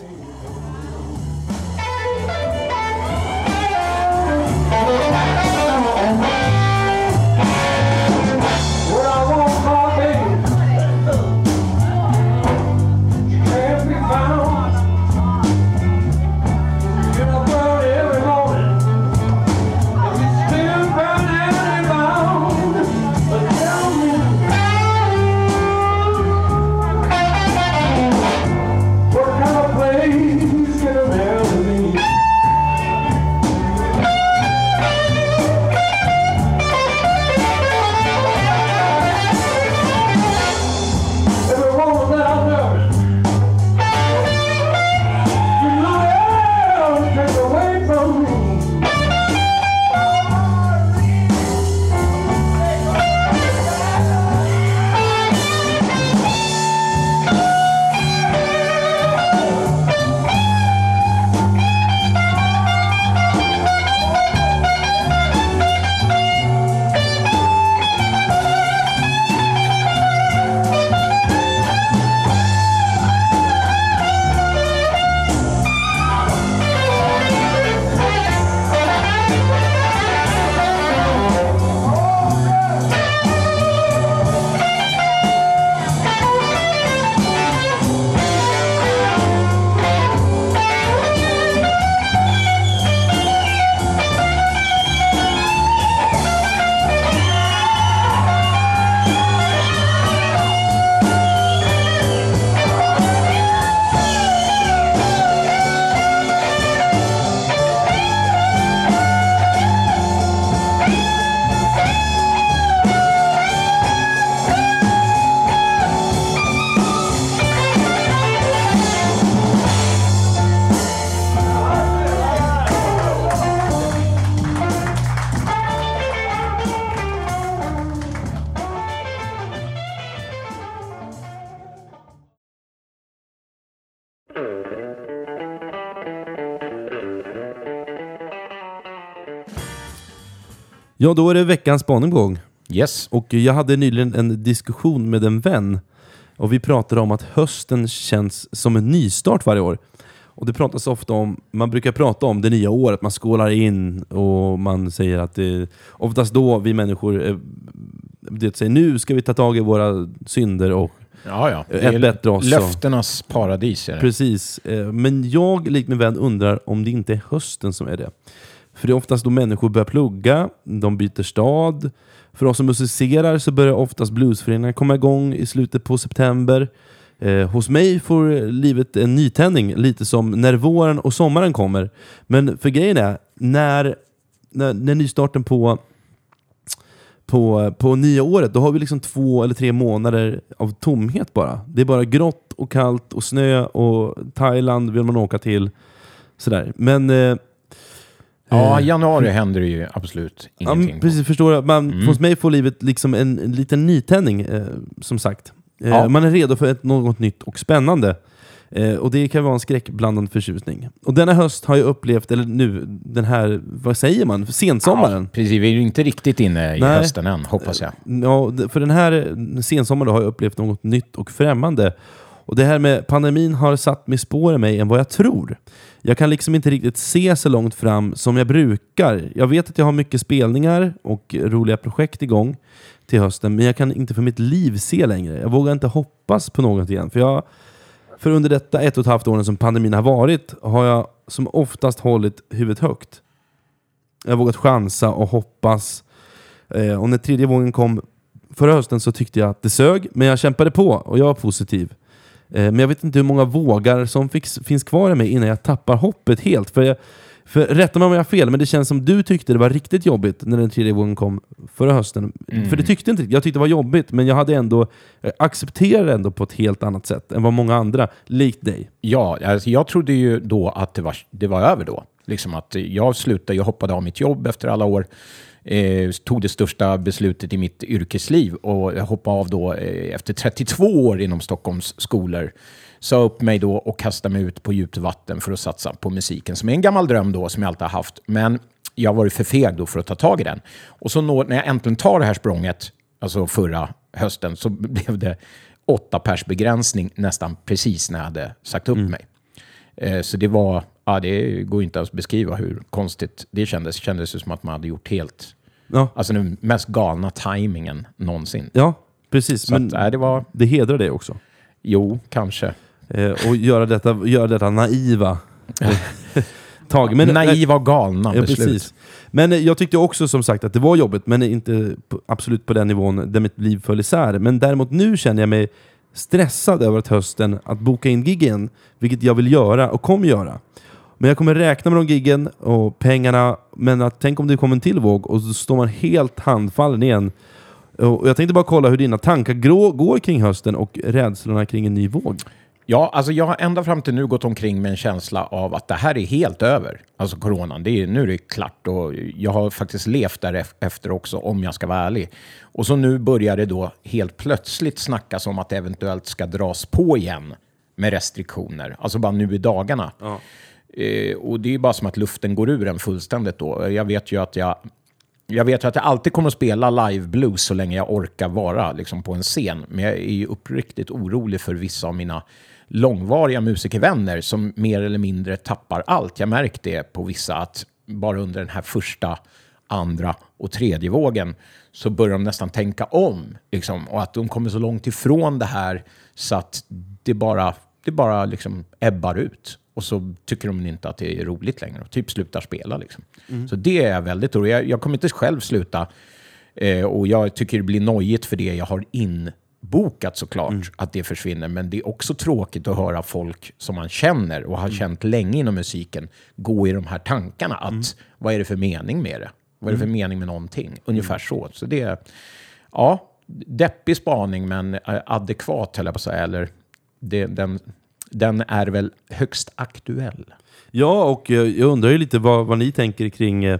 Ja, då är det veckans spaning på gång. Yes. Och jag hade nyligen en diskussion med en vän. Och vi pratade om att hösten känns som en nystart varje år. Och det pratas ofta om, man brukar prata om det nya året. Man skålar in och man säger att det oftast då vi människor det säger, nu ska vi ta tag i våra synder och ett bättre oss. Löftenas paradis är det. Precis. Men jag, likt min vän, undrar om det inte är hösten som är det. För det är oftast då människor börjar plugga, de byter stad. För oss som musicerar så börjar oftast bluesföreningar komma igång i slutet på september. Hos mig får livet en nytändning, lite som när våren och sommaren kommer. Men för grejen är, när nystarten på nya året, då har vi liksom 2 eller 3 månader av tomhet bara. Det är bara grått och kallt och snö och Thailand vill man åka till. Sådär. Men ja, i januari händer det ju absolut ingenting. Ja, precis, förstår jag. Hos mig får livet liksom en liten nytändning, som sagt. Man är redo för något nytt och spännande. Och det kan vara en skräckblandad förtjusning. Och denna höst har jag upplevt, eller nu, den här, vad säger man, sensommaren. Ja, precis, vi är ju inte riktigt inne i hösten än, hoppas jag. Ja, för den här sensommaren har jag upplevt något nytt och främmande. Och det här med pandemin har satt mig spår i mig än vad jag tror. Jag kan liksom inte riktigt se så långt fram som jag brukar. Jag vet att jag har mycket spelningar och roliga projekt igång till hösten, men jag kan inte för mitt liv se längre. Jag vågar inte hoppas på något igen. För under detta 1,5 åren som pandemin har varit har jag som oftast hållit huvudet högt. Jag har vågat chansa och hoppas. Och när 3:e vågen kom förra hösten så tyckte jag att det sög, men jag kämpade på och jag var positiv. Men jag vet inte hur många vågar som finns kvar i mig innan jag tappar hoppet helt. För För rätta mig om jag har fel, men det känns som du tyckte det var riktigt jobbigt när den 3:e vågen kom förra hösten. För det tyckte inte jag tyckte det var jobbigt, men jag hade ändå accepterat ändå på ett helt annat sätt än vad många andra, likt dig. Ja, alltså jag trodde ju då att det var över då. Liksom att jag hoppade av mitt jobb efter alla år. Tog det största beslutet i mitt yrkesliv och jag hoppade av då efter 32 år inom Stockholms skolor. Sa upp mig då och kastade mig ut på djupt vatten för att satsa på musiken, som är en gammal dröm då som jag alltid har haft. Men jag var ju för feg då för att ta tag i den. Och så när jag äntligen tar det här språnget, alltså förra hösten, så blev det 8 pers begränsning nästan precis när jag hade sagt upp mig. Så det var, det går inte att beskriva hur konstigt det kändes. Det kändes som att man hade gjort helt, alltså den mest galna tajmingen någonsin. Ja, precis. Så men att, det hedrar dig också. Jo, kanske. Och göra detta naiva tag. Men, naiva och galna beslut. Precis. Men jag tyckte också som sagt att det var jobbigt, men inte absolut på den nivån där mitt liv föll isär. Men däremot nu känner jag mig stressad över att hösten att boka in giggen, vilket jag vill göra och kommer göra. Men jag kommer räkna med de giggen och pengarna, men tänk om det kommer en till våg och så står man helt handfallen igen. Och jag tänkte bara kolla hur dina tankar går kring hösten och rädslorna kring en ny våg. Ja, alltså jag har ända fram till nu gått omkring med en känsla av att det här är helt över. Alltså coronan, nu är det klart och jag har faktiskt levt därefter också, om jag ska vara ärlig. Och så nu börjar det då helt plötsligt snackas om att det eventuellt ska dras på igen med restriktioner. Alltså bara nu i dagarna. Ja. Och det är bara som att luften går ur en fullständigt då. Jag vet ju att jag alltid kommer att spela live blues så länge jag orkar vara liksom på en scen. Men jag är ju uppriktigt orolig för vissa av mina långvariga musikervänner som mer eller mindre tappar allt. Jag märkte det på vissa att bara under den här första, andra och tredje vågen så börjar de nästan tänka om. Liksom, och att de kommer så långt ifrån det här så att det bara liksom ebbar ut. Och så tycker de inte att det är roligt längre. Och typ slutar spela. Liksom. Så det är väldigt roligt. Jag kommer inte själv sluta. Och jag tycker det blir nojigt för det jag har inbokat såklart. Att det försvinner. Men det är också tråkigt att höra folk som man känner och har känt länge inom musiken gå i de här tankarna. Att vad är det för mening med det? Vad är det för mening med någonting? Ungefär så. Så det är deppig spaning men adekvat höll jag på att säga. Eller den är väl högst aktuell. Ja, och jag undrar ju lite vad ni tänker kring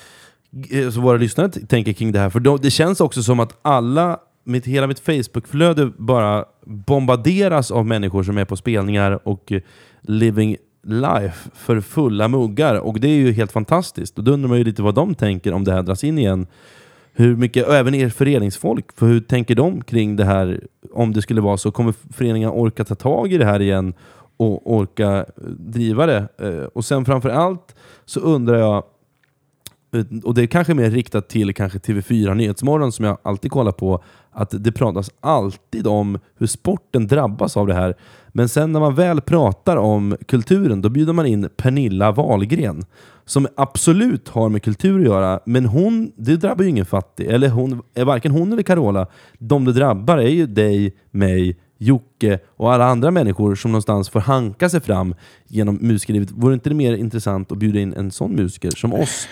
så våra lyssnare tänker kring det här. För det känns också som att hela mitt Facebook-flöde bara bombarderas av människor som är på spelningar och living life för fulla muggar. Och det är ju helt fantastiskt. Och då undrar man ju lite vad de tänker om det här dras in igen. Hur mycket, och även er föreningsfolk, för hur tänker de kring det här? Om det skulle vara så, kommer föreningen orka ta tag i det här igen och orka driva det? Och sen framför allt så undrar jag, och det är kanske mer riktat till kanske TV4 Nyhetsmorgon som jag alltid kollar på, att det pratas alltid om hur sporten drabbas av det här. Men sen när man väl pratar om kulturen, då bjuder man in Pernilla Wahlgren som absolut har med kultur att göra, men det drabbar ju ingen fattig, eller varken hon eller Carola. De det drabbar är ju dig, mig, Jocke och alla andra människor som någonstans får hanka sig fram genom musiklivet. Vore inte det mer intressant att bjuda in en sån musiker som oss?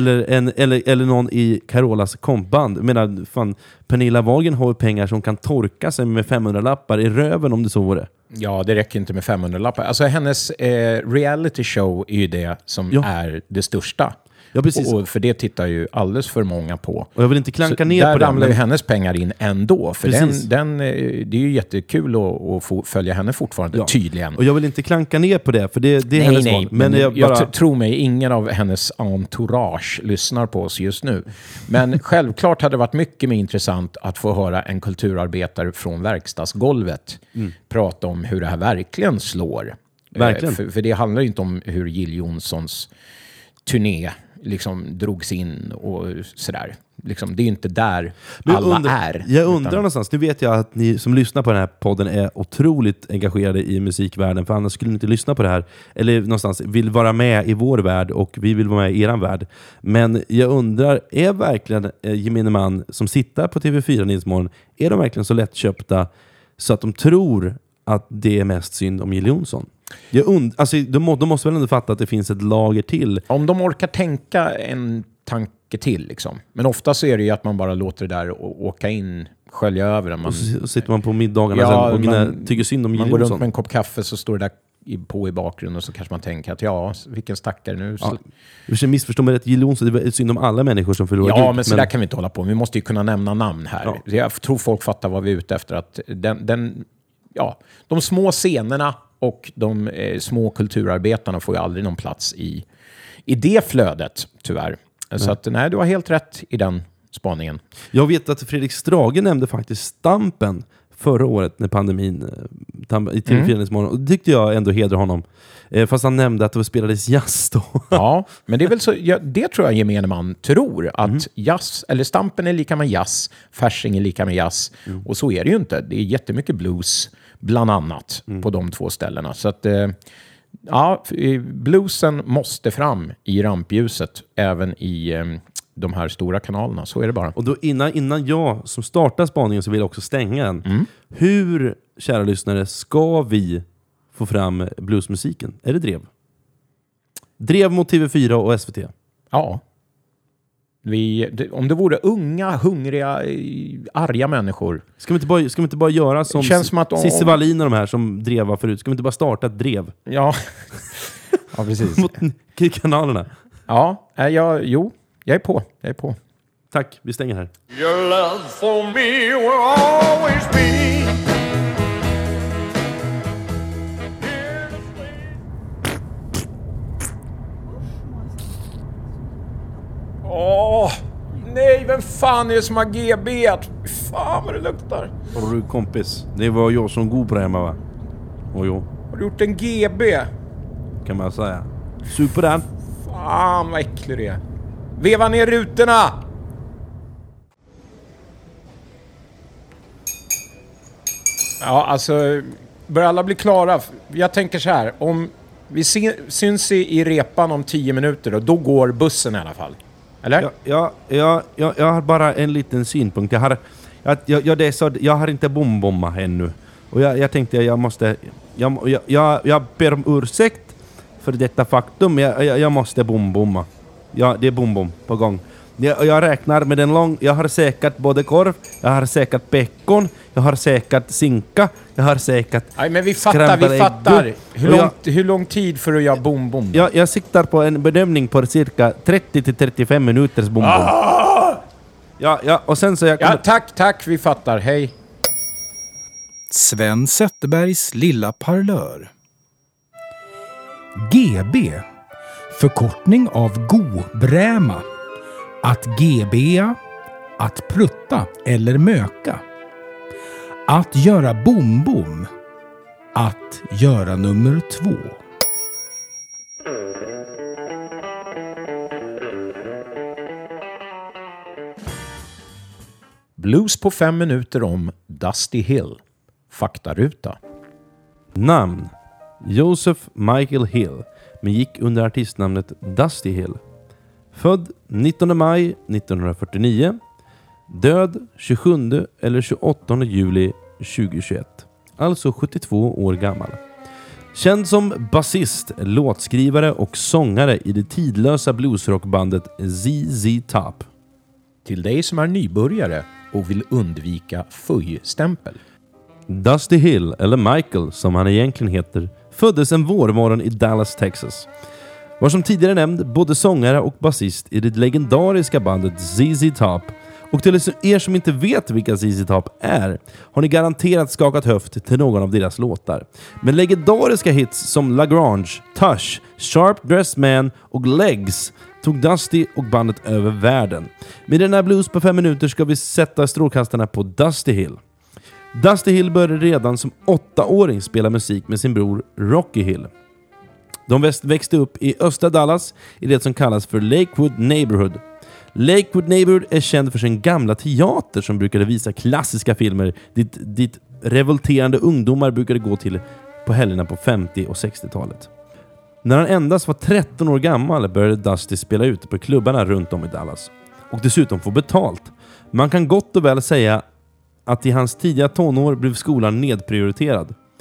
Eller någon i Carolas kompband? Jag menar, fan, Pernilla Wahlgren har pengar som kan torka sig med 500-lappar i röven om det så vore. Ja, det räcker inte med 500-lappar. Alltså hennes reality show är ju det som är det största. Ja, precis. Och för det tittar ju alldeles för många på. Och jag vill inte klanka ner på det. Där ramlar ju hennes pengar in ändå. För det är ju jättekul att få följa henne fortfarande, tydligen. Och jag vill inte klanka ner på det, för det är hennes val. Men jag tror mig, ingen av hennes entourage lyssnar på oss just nu. Men självklart hade det varit mycket mer intressant att få höra en kulturarbetare från verkstadsgolvet prata om hur det här verkligen slår. Verkligen. För det handlar ju inte om hur Jill Johnsons turné liksom drogs in och sådär. Liksom, det är ju inte där alla är. Jag undrar någonstans, nu vet jag att ni som lyssnar på den här podden är otroligt engagerade i musikvärlden, för annars skulle ni inte lyssna på det här. Eller någonstans vill vara med i vår värld och vi vill vara med i eran värld. Men jag undrar, är verkligen gemene man som sitter på TV4 Nyhetsmorgon, är de verkligen så lättköpta så att de tror att det är mest synd om Jill Johnson? Alltså, de måste väl ändå fatta att det finns ett lager till. Om de orkar tänka en tanke till liksom. Men ofta så är det ju att man bara låter det där åka in, skölja över den. Och så sitter man på middagarna sen och tycker synd om Jill Man går Johnson. runt med en kopp kaffe, så står det där på i bakgrunden, och så kanske man tänker att ja, vilken stackare nu. Ja. Jag missförstår mig rätt, Jill Johnson, det är synd om alla människor som förlorar Ja, men så där kan vi inte hålla på. Vi måste ju kunna nämna namn här. Ja. Jag tror folk fattar vad vi är ute efter. Att de små scenerna och de små kulturarbetarna får ju aldrig någon plats i det flödet, tyvärr. Så att nej, du har helt rätt i den spaningen. Jag vet att Fredrik Strage nämnde faktiskt Stampen förra året när pandemin i TV4-nyhetsmorgon. Och det tyckte jag ändå hedrar honom. Fast han nämnde att det spelades jazz då. Ja, men det är väl så, det tror jag gemene man tror, att jazz, eller Stampen är lika med jazz, Fasching är lika med jazz. Och så är det ju inte. Det är jättemycket blues, bland annat, på de två ställena. Så att bluesen måste fram i rampljuset, även i de här stora kanalerna. Så är det bara. Och då innan jag som startar spaningen så vill jag också stänga den. Hur, kära lyssnare, ska vi få fram bluesmusiken? Är det drev? Drev mot TV4 och SVT? Ja. Om det vore unga, hungriga, arga människor. Ska vi inte bara göra som Cissi Wallin och de här som drevar förut? Ska vi inte bara starta ett drev? Ja, ja precis. Mot kanalerna. Ja, jag är på. Tack, vi stänger här. Your love for me will always be. Nej, vem fan är det som har GB? Fan vad det luktar. Och du kompis, det var jag som god på det hemma, va? Och jo. Har du gjort en GB? Kan man säga. Super den. Fan vad äcklig det är. Veva ner rutorna! Ja, alltså, börjar alla bli klara? Jag tänker så här, om vi syns i repan om 10 minuter, då går bussen i alla fall. Eller? Jag har bara en liten synpunkt. Jag har inte bombomma ännu. Och jag tänkte jag måste... Jag ber om ursäkt för detta faktum. Jag måste bombomma. Ja, det är bombom på gång. Jag räknar med en lång... Jag har säkert både korv, jag har säkert bacon, jag har säkert sinka, jag har säkert... Nej, men vi fattar. Hur lång tid för att göra bombom? Jag siktar på en bedömning på cirka 30-35 minuters bombom. Ja, och sen så jag... Ja, tack, vi fattar. Hej. Sven Zetterbergs lilla parlör. GB. Förkortning av go-bräma. Att GBa, att prutta eller möka. Att göra bom-bom. Att göra nummer 2. Blues på 5 minuter om Dusty Hill. Faktaruta. Namn: Joseph Michael Hill, men gick under artistnamnet Dusty Hill. Född 19 maj 1949. Död 27 eller 28 juli 2021. Alltså 72 år gammal. Känd som basist, låtskrivare och sångare i det tidlösa bluesrockbandet ZZ Top. Till dig som är nybörjare och vill undvika fuj-stämpel. Dusty Hill, eller Michael som han egentligen heter, föddes en vårmorgon i Dallas, Texas. Var som tidigare nämnd både sångare och basist i det legendariska bandet ZZ Top. Och till er som inte vet vilka ZZ Top är, har ni garanterat skakat höft till någon av deras låtar. Men legendariska hits som Lagrange, Tush, Sharp Dressed Man och Legs tog Dusty och bandet över världen. Med den här blues på 5 minuter ska vi sätta strålkastarna på Dusty Hill. Dusty Hill började redan som 8-åring spela musik med sin bror Rocky Hill. De växte upp i östra Dallas i det som kallas för Lakewood Neighborhood. Lakewood Neighborhood är känd för sin gamla teater som brukade visa klassiska filmer dit revolterande ungdomar brukade gå till på helgerna på 50- och 60-talet. När han endast var 13 år gammal började Dusty spela ute på klubbarna runt om i Dallas. Och dessutom få betalt. Man kan gott och väl säga att i hans tidiga tonår blev skolan nedprioriterad.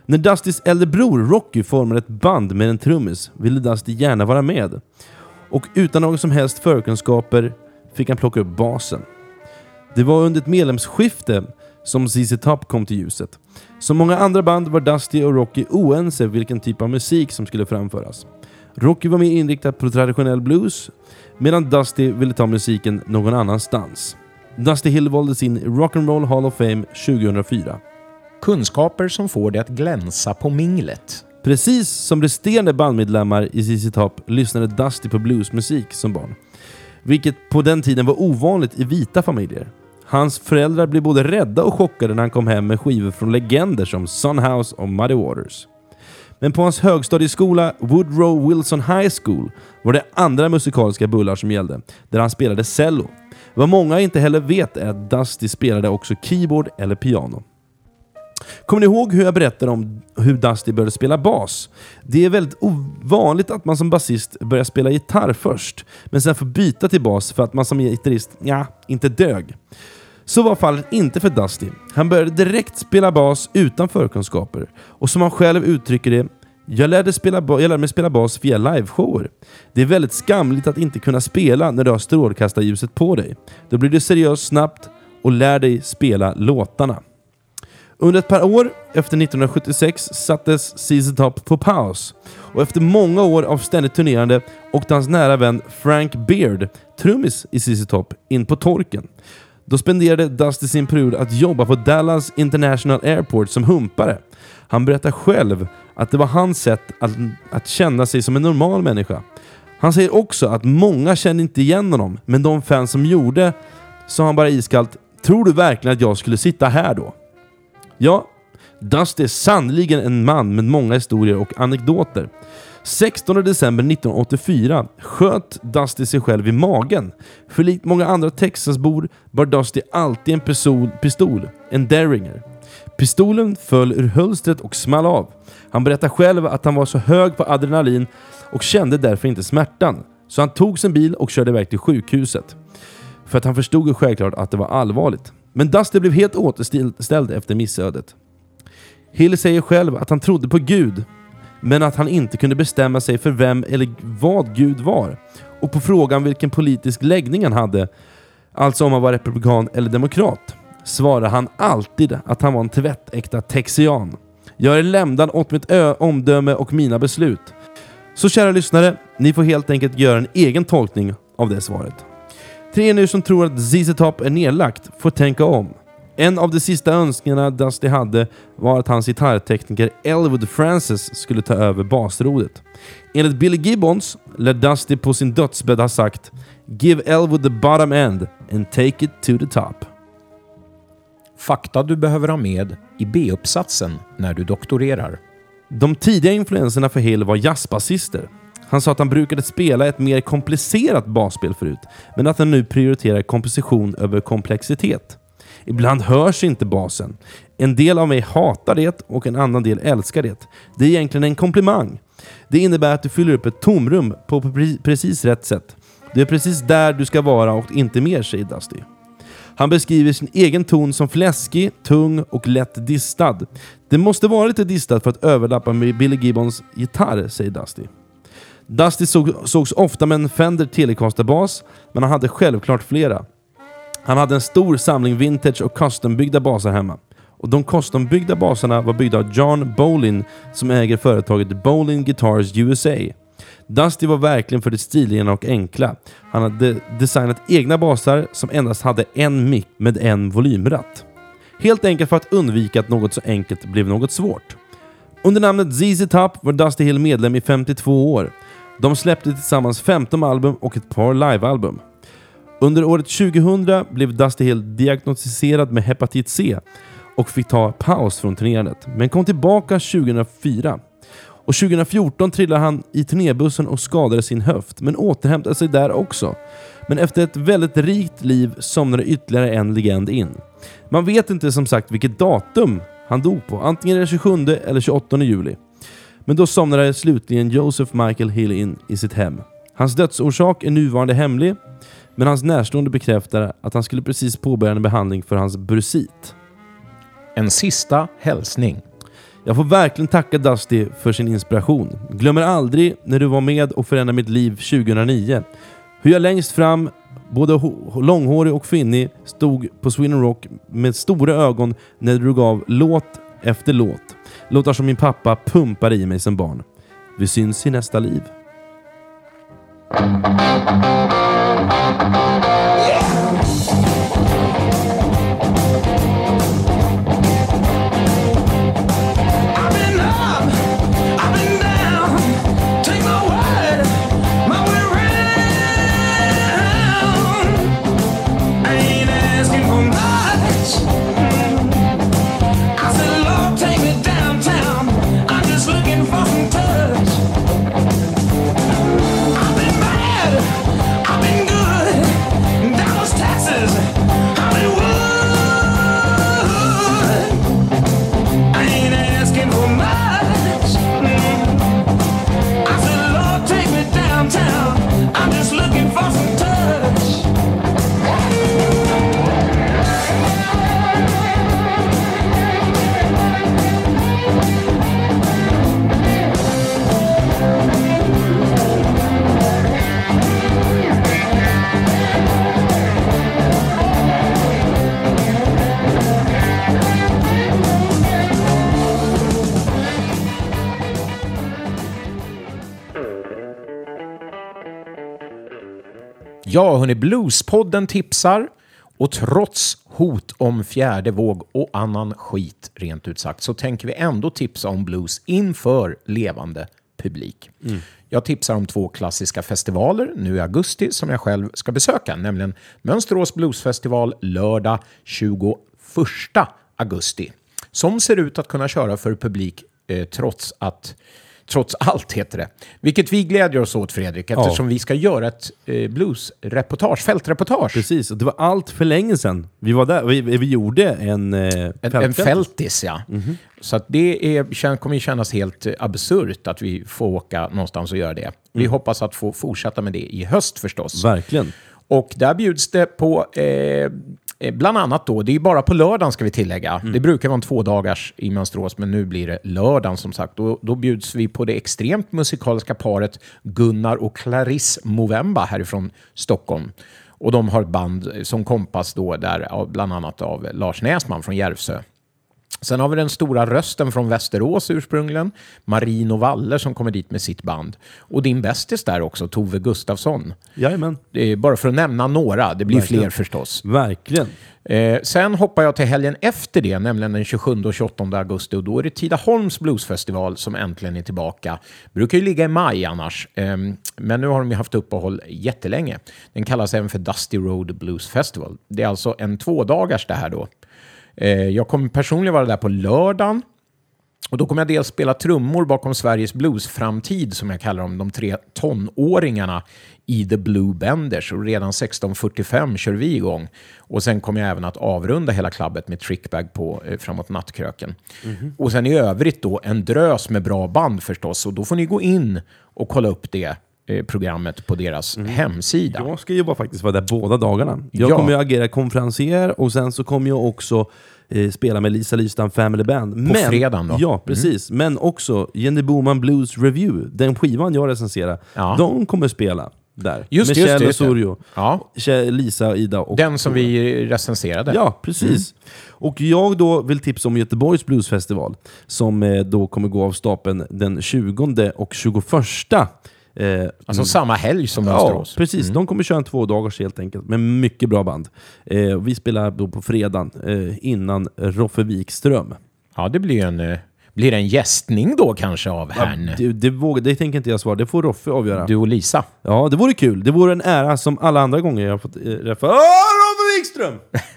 När Dustys äldre bror Rocky formade ett band med en trummis ville Dusty gärna vara med. Och utan någon som helst förkunskaper fick han plocka upp basen. Det var under ett medlemsskifte som ZZ Top kom till ljuset. Som många andra band var Dusty och Rocky oense vilken typ av musik som skulle framföras. Rocky var mer inriktad på traditionell blues medan Dusty ville ta musiken någon annanstans. Dusty Hill valdes in i Rock'n'Roll Hall of Fame 2004. Kunskaper som får det att glänsa på minglet. Precis som resterande bandmedlemmar i ZZ Top lyssnade Dusty på bluesmusik som barn. Vilket på den tiden var ovanligt i vita familjer. Hans föräldrar blev både rädda och chockade när han kom hem med skivor från legender som Son House och Muddy Waters. Men på hans högstadieskola Woodrow Wilson High School var det andra musikaliska bullar som gällde, där han spelade cello. Vad många inte heller vet är att Dusty spelade också keyboard eller piano. Kommer ni ihåg hur jag berättade om hur Dusty började spela bas? Det är väldigt ovanligt att man som basist börjar spela gitarr först, men sen får byta till bas för att man som gitarrist, inte dög. Så var fallet inte för Dusty. Han började direkt spela bas utan förkunskaper. Och som han själv uttrycker det, jag lärde mig spela bas via liveshower. Det är väldigt skamligt att inte kunna spela när du har strålkastarljuset på dig. Då blir du seriös snabbt och lär dig spela låtarna. Under ett par år efter 1976 sattes ZZ Top på paus. Och efter många år av ständigt turnerande åkte hans nära vän Frank Beard, trummis i ZZ Top, in på torken. Då spenderade Dusty sin period att jobba på Dallas International Airport som humpare. Han berättar själv att det var hans sätt att känna sig som en normal människa. Han säger också att många kände inte igen honom, men de fans som gjorde, sa han bara iskallt, tror du verkligen att jag skulle sitta här då? Ja, Dusty är sannoliken en man med många historier och anekdoter. 16 december 1984 sköt Dusty sig själv i magen. För likt många andra Texasbor bar Dusty alltid en pistol, en Derringer. Pistolen föll ur hölstret och small av. Han berättar själv att han var så hög på adrenalin och kände därför inte smärtan. Så han tog sin bil och körde iväg till sjukhuset. För att han förstod ju självklart att det var allvarligt. Men Dusty blev helt återställd efter missödet. Hill säger själv att han trodde på Gud, men att han inte kunde bestämma sig för vem eller vad Gud var. Och på frågan vilken politisk läggning han hade, alltså om han var republikan eller demokrat, svarade han alltid att han var en tvättäkta texian. Jag är lämnad åt mitt omdöme och mina beslut. Så kära lyssnare, ni får helt enkelt göra en egen tolkning av det svaret. Till er nu som tror att ZZ Top är nedlagt får tänka om. En av de sista önskningarna Dusty hade var att hans gitarrtekniker Elwood Francis skulle ta över basrodet. Enligt Billy Gibbons lär Dusty på sin dödsbädd ha sagt "Give Elwood the bottom end and take it to the top." Fakta du behöver ha med i B-uppsatsen när du doktorerar. De tidiga influenserna för Hill var jazzbasister. Han sa att han brukade spela ett mer komplicerat basspel förut, men att han nu prioriterar komposition över komplexitet. Ibland hörs inte basen. En del av mig hatar det och en annan del älskar det. Det är egentligen en komplimang. Det innebär att du fyller upp ett tomrum på precis rätt sätt. Det är precis där du ska vara och inte mer, säger Dusty. Han beskriver sin egen ton som fläskig, tung och lätt distad. Det måste vara lite distad för att överlappa med Billy Gibbons gitarr, säger Dusty. Dusty sågs ofta med en Fender Telecaster-bas, men han hade självklart flera. Han hade en stor samling vintage och custombyggda basar hemma. Och de custombyggda basarna var byggda av John Bolin som äger företaget Bolin Guitars USA. Dusty var verkligen för det stiliga och enkla. Han hade designat egna basar som endast hade en mick med en volymratt. Helt enkelt för att undvika att något så enkelt blev något svårt. Under namnet ZZ Top var Dusty Hill medlem i 52 år. De släppte tillsammans 15 album och ett par livealbum. Under året 2000 blev Dusty Hill diagnostiserad med hepatit C och fick ta paus från turnerandet, men kom tillbaka 2004. Och 2014 trillade han i turnébussen och skadade sin höft, men återhämtade sig där också. Men efter ett väldigt rikt liv somnade ytterligare en legend in. Man vet inte som sagt vilket datum han dog på, antingen den 27 eller 28 juli. Men då somnade slutligen Joseph Michael Hill in i sitt hem. Hans dödsorsak är nuvarande hemlig, men hans närstående bekräftar att han skulle precis påbörja en behandling för hans brusit. En sista hälsning. Jag får verkligen tacka Dusty för sin inspiration. Glömmer aldrig när du var med och förändrade mitt liv 2009. Hur jag längst fram, både långhårig och finnig, stod på Sweden Rock med stora ögon när du gav låt efter låt. Låtar som min pappa pumpar i mig som barn. Vi syns i nästa liv. Ja, hörni, Bluespodden tipsar och trots hot om fjärde våg och annan skit rent ut sagt så tänker vi ändå tipsa om blues inför levande publik. Jag tipsar om 2 klassiska festivaler nu i augusti som jag själv ska besöka, nämligen Mönsterås Bluesfestival lördag 21 augusti som ser ut att kunna köra för publik trots allt heter det. Vilket vi glädjer oss åt, Fredrik, eftersom vi ska göra ett bluesreportage, fältreportage. Precis, och det var allt för länge sedan. Vi var där, vi gjorde en fältis, ja. Mm-hmm. Så att det kommer ju kännas helt absurt att vi får åka någonstans och göra det. Vi hoppas att få fortsätta med det i höst förstås. Verkligen. Och där bjuds det på bland annat då, det är bara på lördagen ska vi tillägga. Det brukar vara en 2 dagars i Mönsterås, men nu blir det lördagen som sagt. Då bjuds vi på det extremt musikaliska paret Gunnar och Clarisse Movemba härifrån Stockholm. Och de har ett band som kompas då där bland annat av Lars Näsman från Järvsö. Sen har vi den stora rösten från Västerås ursprungligen, Marino Waller som kommer dit med sitt band. Och din bästis där också, Tove Gustafsson. Jajamän. Bara för att nämna några, det blir verkligen fler förstås. Verkligen. Sen hoppar jag till helgen efter det, nämligen den 27 och 28 augusti. Och då är det Tidaholms Bluesfestival som äntligen är tillbaka. Brukar ju ligga i maj annars. Men nu har de ju haft uppehåll jättelänge. Den kallas även för Dusty Road Blues Festival. Det är alltså en 2 dagars det här då. Jag kommer personligen vara där på lördagen. Och då kommer jag dels spela trummor bakom Sveriges bluesframtid som jag kallar dem, de 3 tonåringarna i The Blue Benders. Och redan 16:45 kör vi igång. Och sen kommer jag även att avrunda hela klubbet med trickbag på framåt nattkröken. Mm-hmm. Och sen i övrigt då en drös med bra band förstås. Och då får ni gå in och kolla upp det programmet på deras hemsida. Jag ska ju faktiskt vara där båda dagarna. Jag kommer att agera konferencier och sen så kommer jag också spela med Lisa Lystam Family Band. På fredagen då? Ja, precis. Men också Jenny Boman Blues Review, den skivan jag recenserar, de kommer spela där. Med Kjell och Surjo. Ja. Lisa, Ida och... Den som vi recenserade. Ja, precis. Och jag då vill tipsa om Göteborgs Bluesfestival som då kommer gå av stapeln den 20 och 21. Alltså samma helg som Mönsterås. Ja, precis. De kommer köra en 2 dagars helt enkelt. Med mycket bra band. Vi spelar då på fredagen innan Roffe Wikström. Ja, det blir blir det en gästning då kanske av herrn? Det tänker inte jag svara. Det får Roffe avgöra. Du och Lisa. Ja, det vore kul. Det vore en ära som alla andra gånger jag har fått räffa. Roffe Wikström!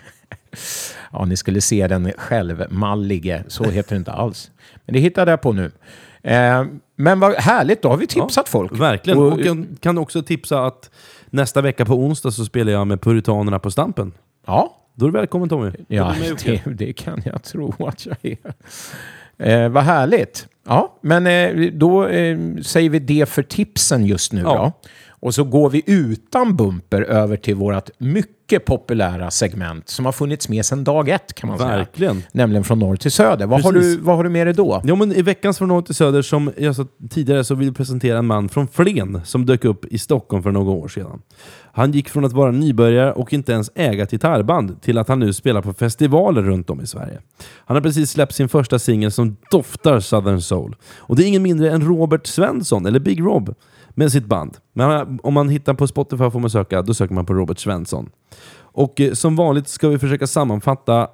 Ja, ni skulle se den självmallige. Så heter det inte alls. Men det hittade jag på nu. Men vad härligt, då har vi tipsat folk. Verkligen, och jag kan också tipsa att nästa vecka på onsdag så spelar jag med Puritanerna på Stampen. Ja. Då är du välkommen, Tommy. Ja, det kan jag tro att jag är. Vad härligt. Ja, men då säger vi det för tipsen just nu då. Och så går vi utan bumper över till vårt mycket mycket populära segment som har funnits med sedan dag ett, kan man Verkligen. säga. Nämligen från norr till söder. Vad har du med dig då? Ja, men i veckans från norr till söder, som jag sa tidigare, så vill jag presentera en man från Flen som dök upp i Stockholm för några år sedan. Han gick från att vara nybörjare och inte ens äga ett gitarrband till att han nu spelar på festivaler runt om i Sverige. Han har precis släppt sin första singel som doftar Southern Soul. Och det är ingen mindre än Robert Svensson, eller Big Rob, med sitt band. Men om man hittar på Spotify får man söka, då söker man på Robert Svensson. Och som vanligt ska vi försöka sammanfatta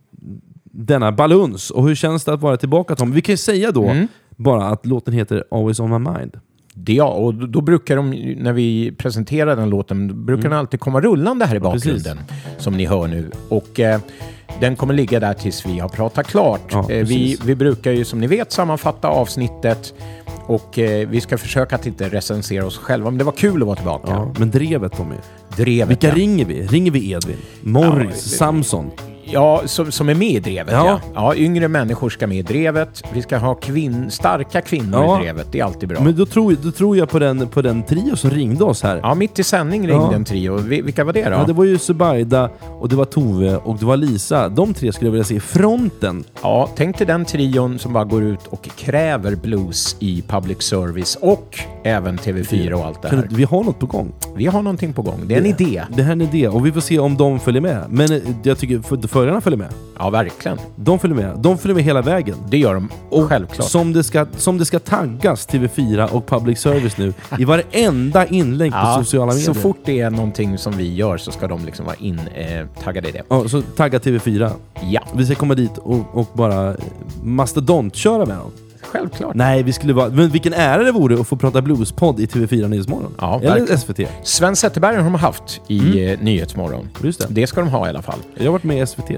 denna baluns. Och hur känns det att vara tillbaka, Tom? Vi kan ju säga då bara att låten heter Always On My Mind. Ja, och då brukar de, när vi presenterar den låten, brukar den alltid komma rullande här i bakgrunden, som ni hör nu. Och den kommer ligga där tills vi har pratat klart. Ja, vi brukar ju, som ni vet, sammanfatta avsnittet. Och vi ska försöka att inte recensera oss själva. Men det var kul att vara tillbaka. Ja, men drevet, Tommy. Drevet, vilka ringer vi? Ringer vi Edvin? Morris? Samson? Ja, som är med i drevet. Ja, yngre människor ska med i drevet. Vi ska ha starka kvinnor i drevet. Det är alltid bra. Men då tror jag på den trio som ringde oss här. Ja, mitt i sändning ringde en trio. Vilka var det då? Ja, det var ju Subaida, och det var Tove, och det var Lisa. De tre skulle jag vilja se i fronten. Ja, tänk dig den trion som bara går ut och kräver blues i public service och även TV4 och allt det här. Vi har något på gång. Vi har någonting på gång. Det är en idé. Det här är en idé, och vi får se om de följer med. Men jag tycker förarna följer med. Ja, verkligen. De följer med hela vägen. Det gör de, och självklart. Som det ska taggas TV4 och public service nu i varenda inlägg på sociala medier. Så fort det är någonting som vi gör så ska de liksom vara taggade i det. Ja, så tagga TV4. Ja. Vi ska komma dit och bara mastodontköra med dem. Självklart. Nej, men vilken ära det vore att få prata bluespodd i TV4 Nyhetsmorgon. Ja, eller verkligen. SVT. Sven Zetterberg har de haft i Nyhetsmorgon. Just det ska de ha i alla fall. Jag har varit med i SVT.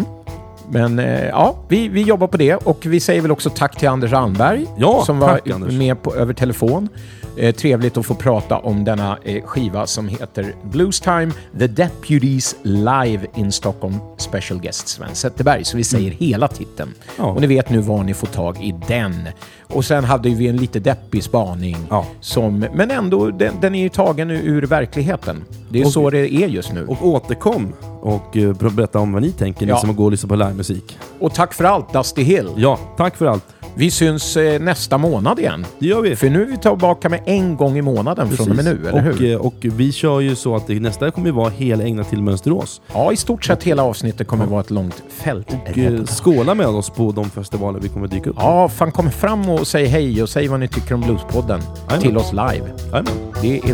Men vi jobbar på det, och vi säger väl också tack till Anders Almberg som var med över telefon. Trevligt att få prata om denna skiva som heter Blues Time, The Deputies Live in Stockholm, Special Guest Sven Zetterberg. Så vi säger hela titeln. Ja. Och ni vet nu var ni får tag i den. Och sen hade vi en lite deppig spaning. Ja. Men ändå, den är ju tagen ur verkligheten. Det är så det är just nu. Och återkom och berätta om vad ni tänker, ni som går och lyssnar på livemusik. Och tack för allt, Dusty Hill. Ja, tack för allt. Vi syns nästa månad igen. Det gör vi. För nu är vi tillbaka med en gång i månaden från och med nu, eller hur? Och vi kör ju så att nästa kommer vara hela ägnat till Mönsterås. Ja, i stort sett hela avsnittet kommer vara ett långt fält. Och skåla med oss på de festivaler vi kommer dyka upp. Ja, fan, kom fram och säg hej och säg vad ni tycker om Bluespodden till oss live. Det är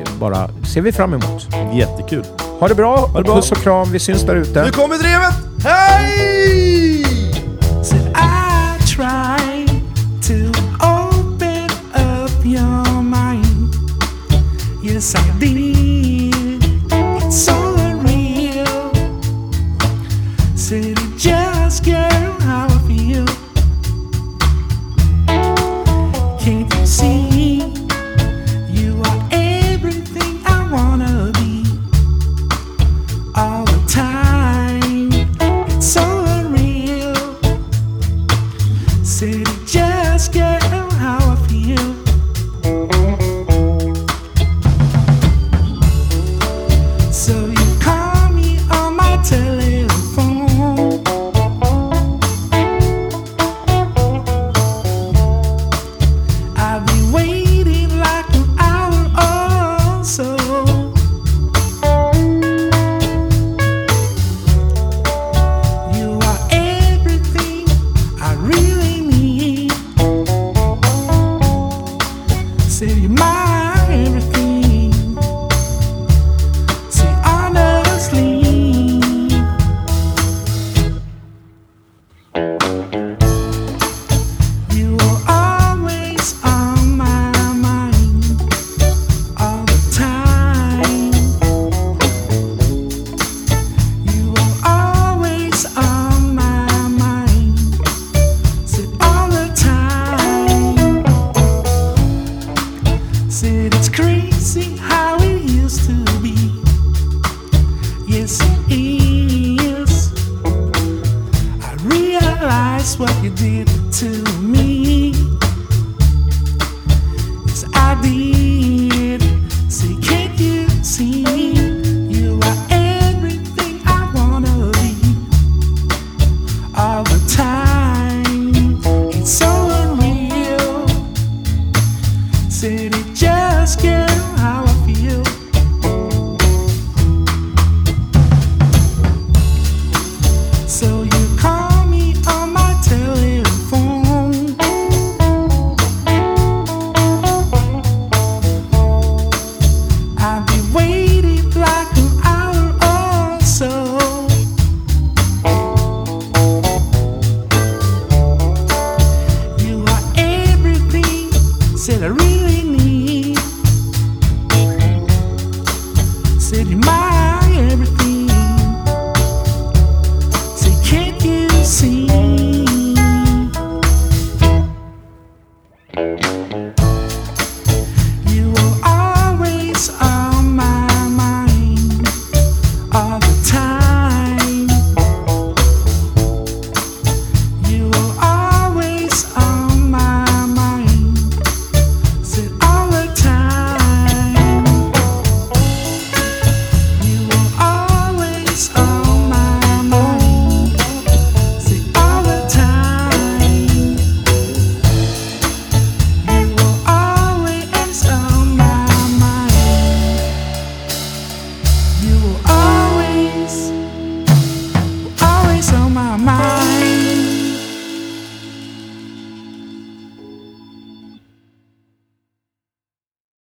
ser vi fram emot. Jättekul. Ha det bra. Puss och kram. Vi syns där ute. Nu kommer drevet. Hej! Try to open up your mind. Yes, I did. It's so unreal. Said it just, girl, how I feel. Can't you see? You are everything I wanna be. All the time. It's so unreal. Said it just, girl, how I feel. So you call me on my telephone. I've been waiting like an hour or so. You are everything I really need. Say you're my everything. Say honestly. You are always on my mind all the time. You are always on my mind. Say all the time. Said it's crazy how it used to be. Yes, it is. I realize what you did to me.